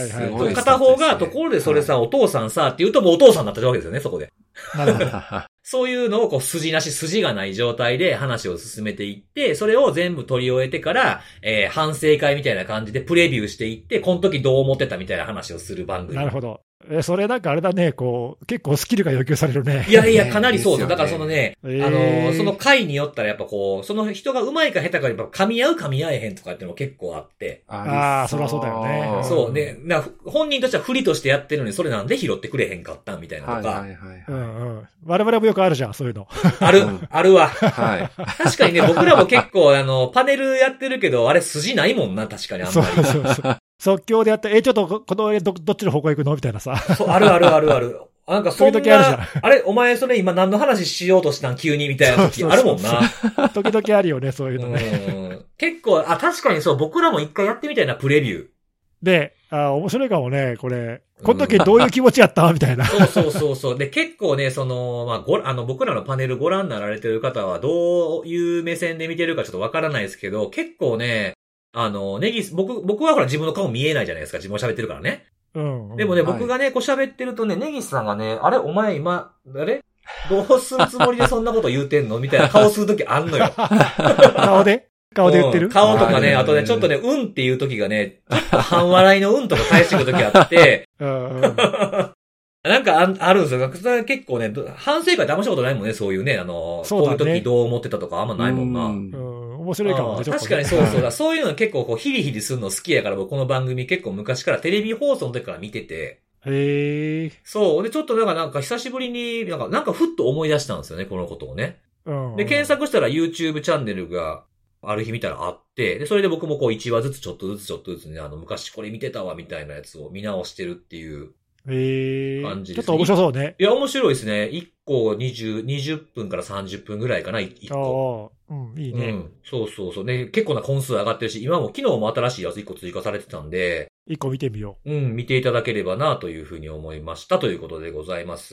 片方が、ところでそれさ、お父さんさ、って言うともうお父さんになったわけですよね、そこで。 なるほど。 そういうのをこう筋がない状態で話を進めていって、それを全部取り終えてから、反省会みたいな感じでプレビューしていって、この時どう思ってたみたいな話をする番組。 なるほど。それなんかあれだね、こう、結構スキルが要求されるね。 いやいや、かなりそうです。だからそのね、その回によったらやっぱこう、その人が上手いか下手かやっぱ噛み合う噛み合えへんとかっていうのも結構あって。 ああ、そりゃそうだよね。 そうね。本人としては不利としてやってるのに、それなんで拾ってくれへんかったみたいなとか。 我々もよくあるじゃん、そういうの。 あるわ。はい。確かにね、僕らも結構パネルやってるけど、あれ筋ないもんな、確かにあんまり。 そう即興でやって、ちょっとこのどっちの方向行くのみたいなさ。 ある。なんかそんな、時あるじゃん。あれお前それ今何の話しようとしたん急にみたいな時あるもんな。 時々あるよね、そういうのね。 結構、確かにそう、僕らも一回やってみたいな、プレビュー。 で、面白いかもね、これ。この時どういう気持ちやったみたいな。 そう。で、結構ね、僕らのパネルご覧になられてる方はどういう目線で見てるかちょっとわからないですけど、結構ね、僕はほら自分の顔見えないじゃないですか、自分も喋ってるからね。でもね、僕がね、こう喋ってるとね、根岸さんがね、あれお前今、どうするつもりでそんなこと言うてんのみたいな顔するときあんのよ。 顔で言ってる、 顔とかね、あとね、ちょっとね、うんっていうときがね、ちょっと半笑いのうんとか返してくるときあって、なんかあるんですよ。それ結構ね、反省会ってあんましたことないもんね、そういうね、こういう時どう思ってたとかあんまないもんな。 面白いかもね。 確かにそうだ。そういうの結構こうヒリヒリするの好きやから、僕この番組結構昔からテレビ放送の時から見てて。 へー。 そう。で、ちょっとなんか久しぶりに、なんかふっと思い出したんですよね、このことをね。で、検索したら YouTube チャンネルがある日見たらあって、で、それで僕もこう1話ずつちょっとずつね、昔これ見てたわみたいなやつを見直してるっていう感じですね。 ちょっと面白そうね。 いや、面白いですね。1個20分から30分ぐらいかな、1個。 いいね。 そうね。結構な本数上がってるし、今も昨日も新しいやつ1個追加されてたんで。 1個見てみよう。見ていただければな、というふうに思いました。ということでございます。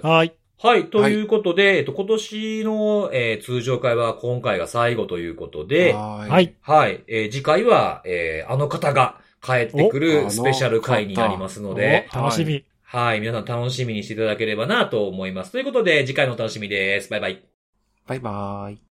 はい。 はい。ということで、今年の、通常会は今回が最後ということで。 はい。 はい。次回は、あの方が帰ってくるスペシャル回になりますので。 楽しみ。 はい。皆さん楽しみにしていただければなと思います。ということで、次回のお楽しみです。バイバイ。 バイバイ。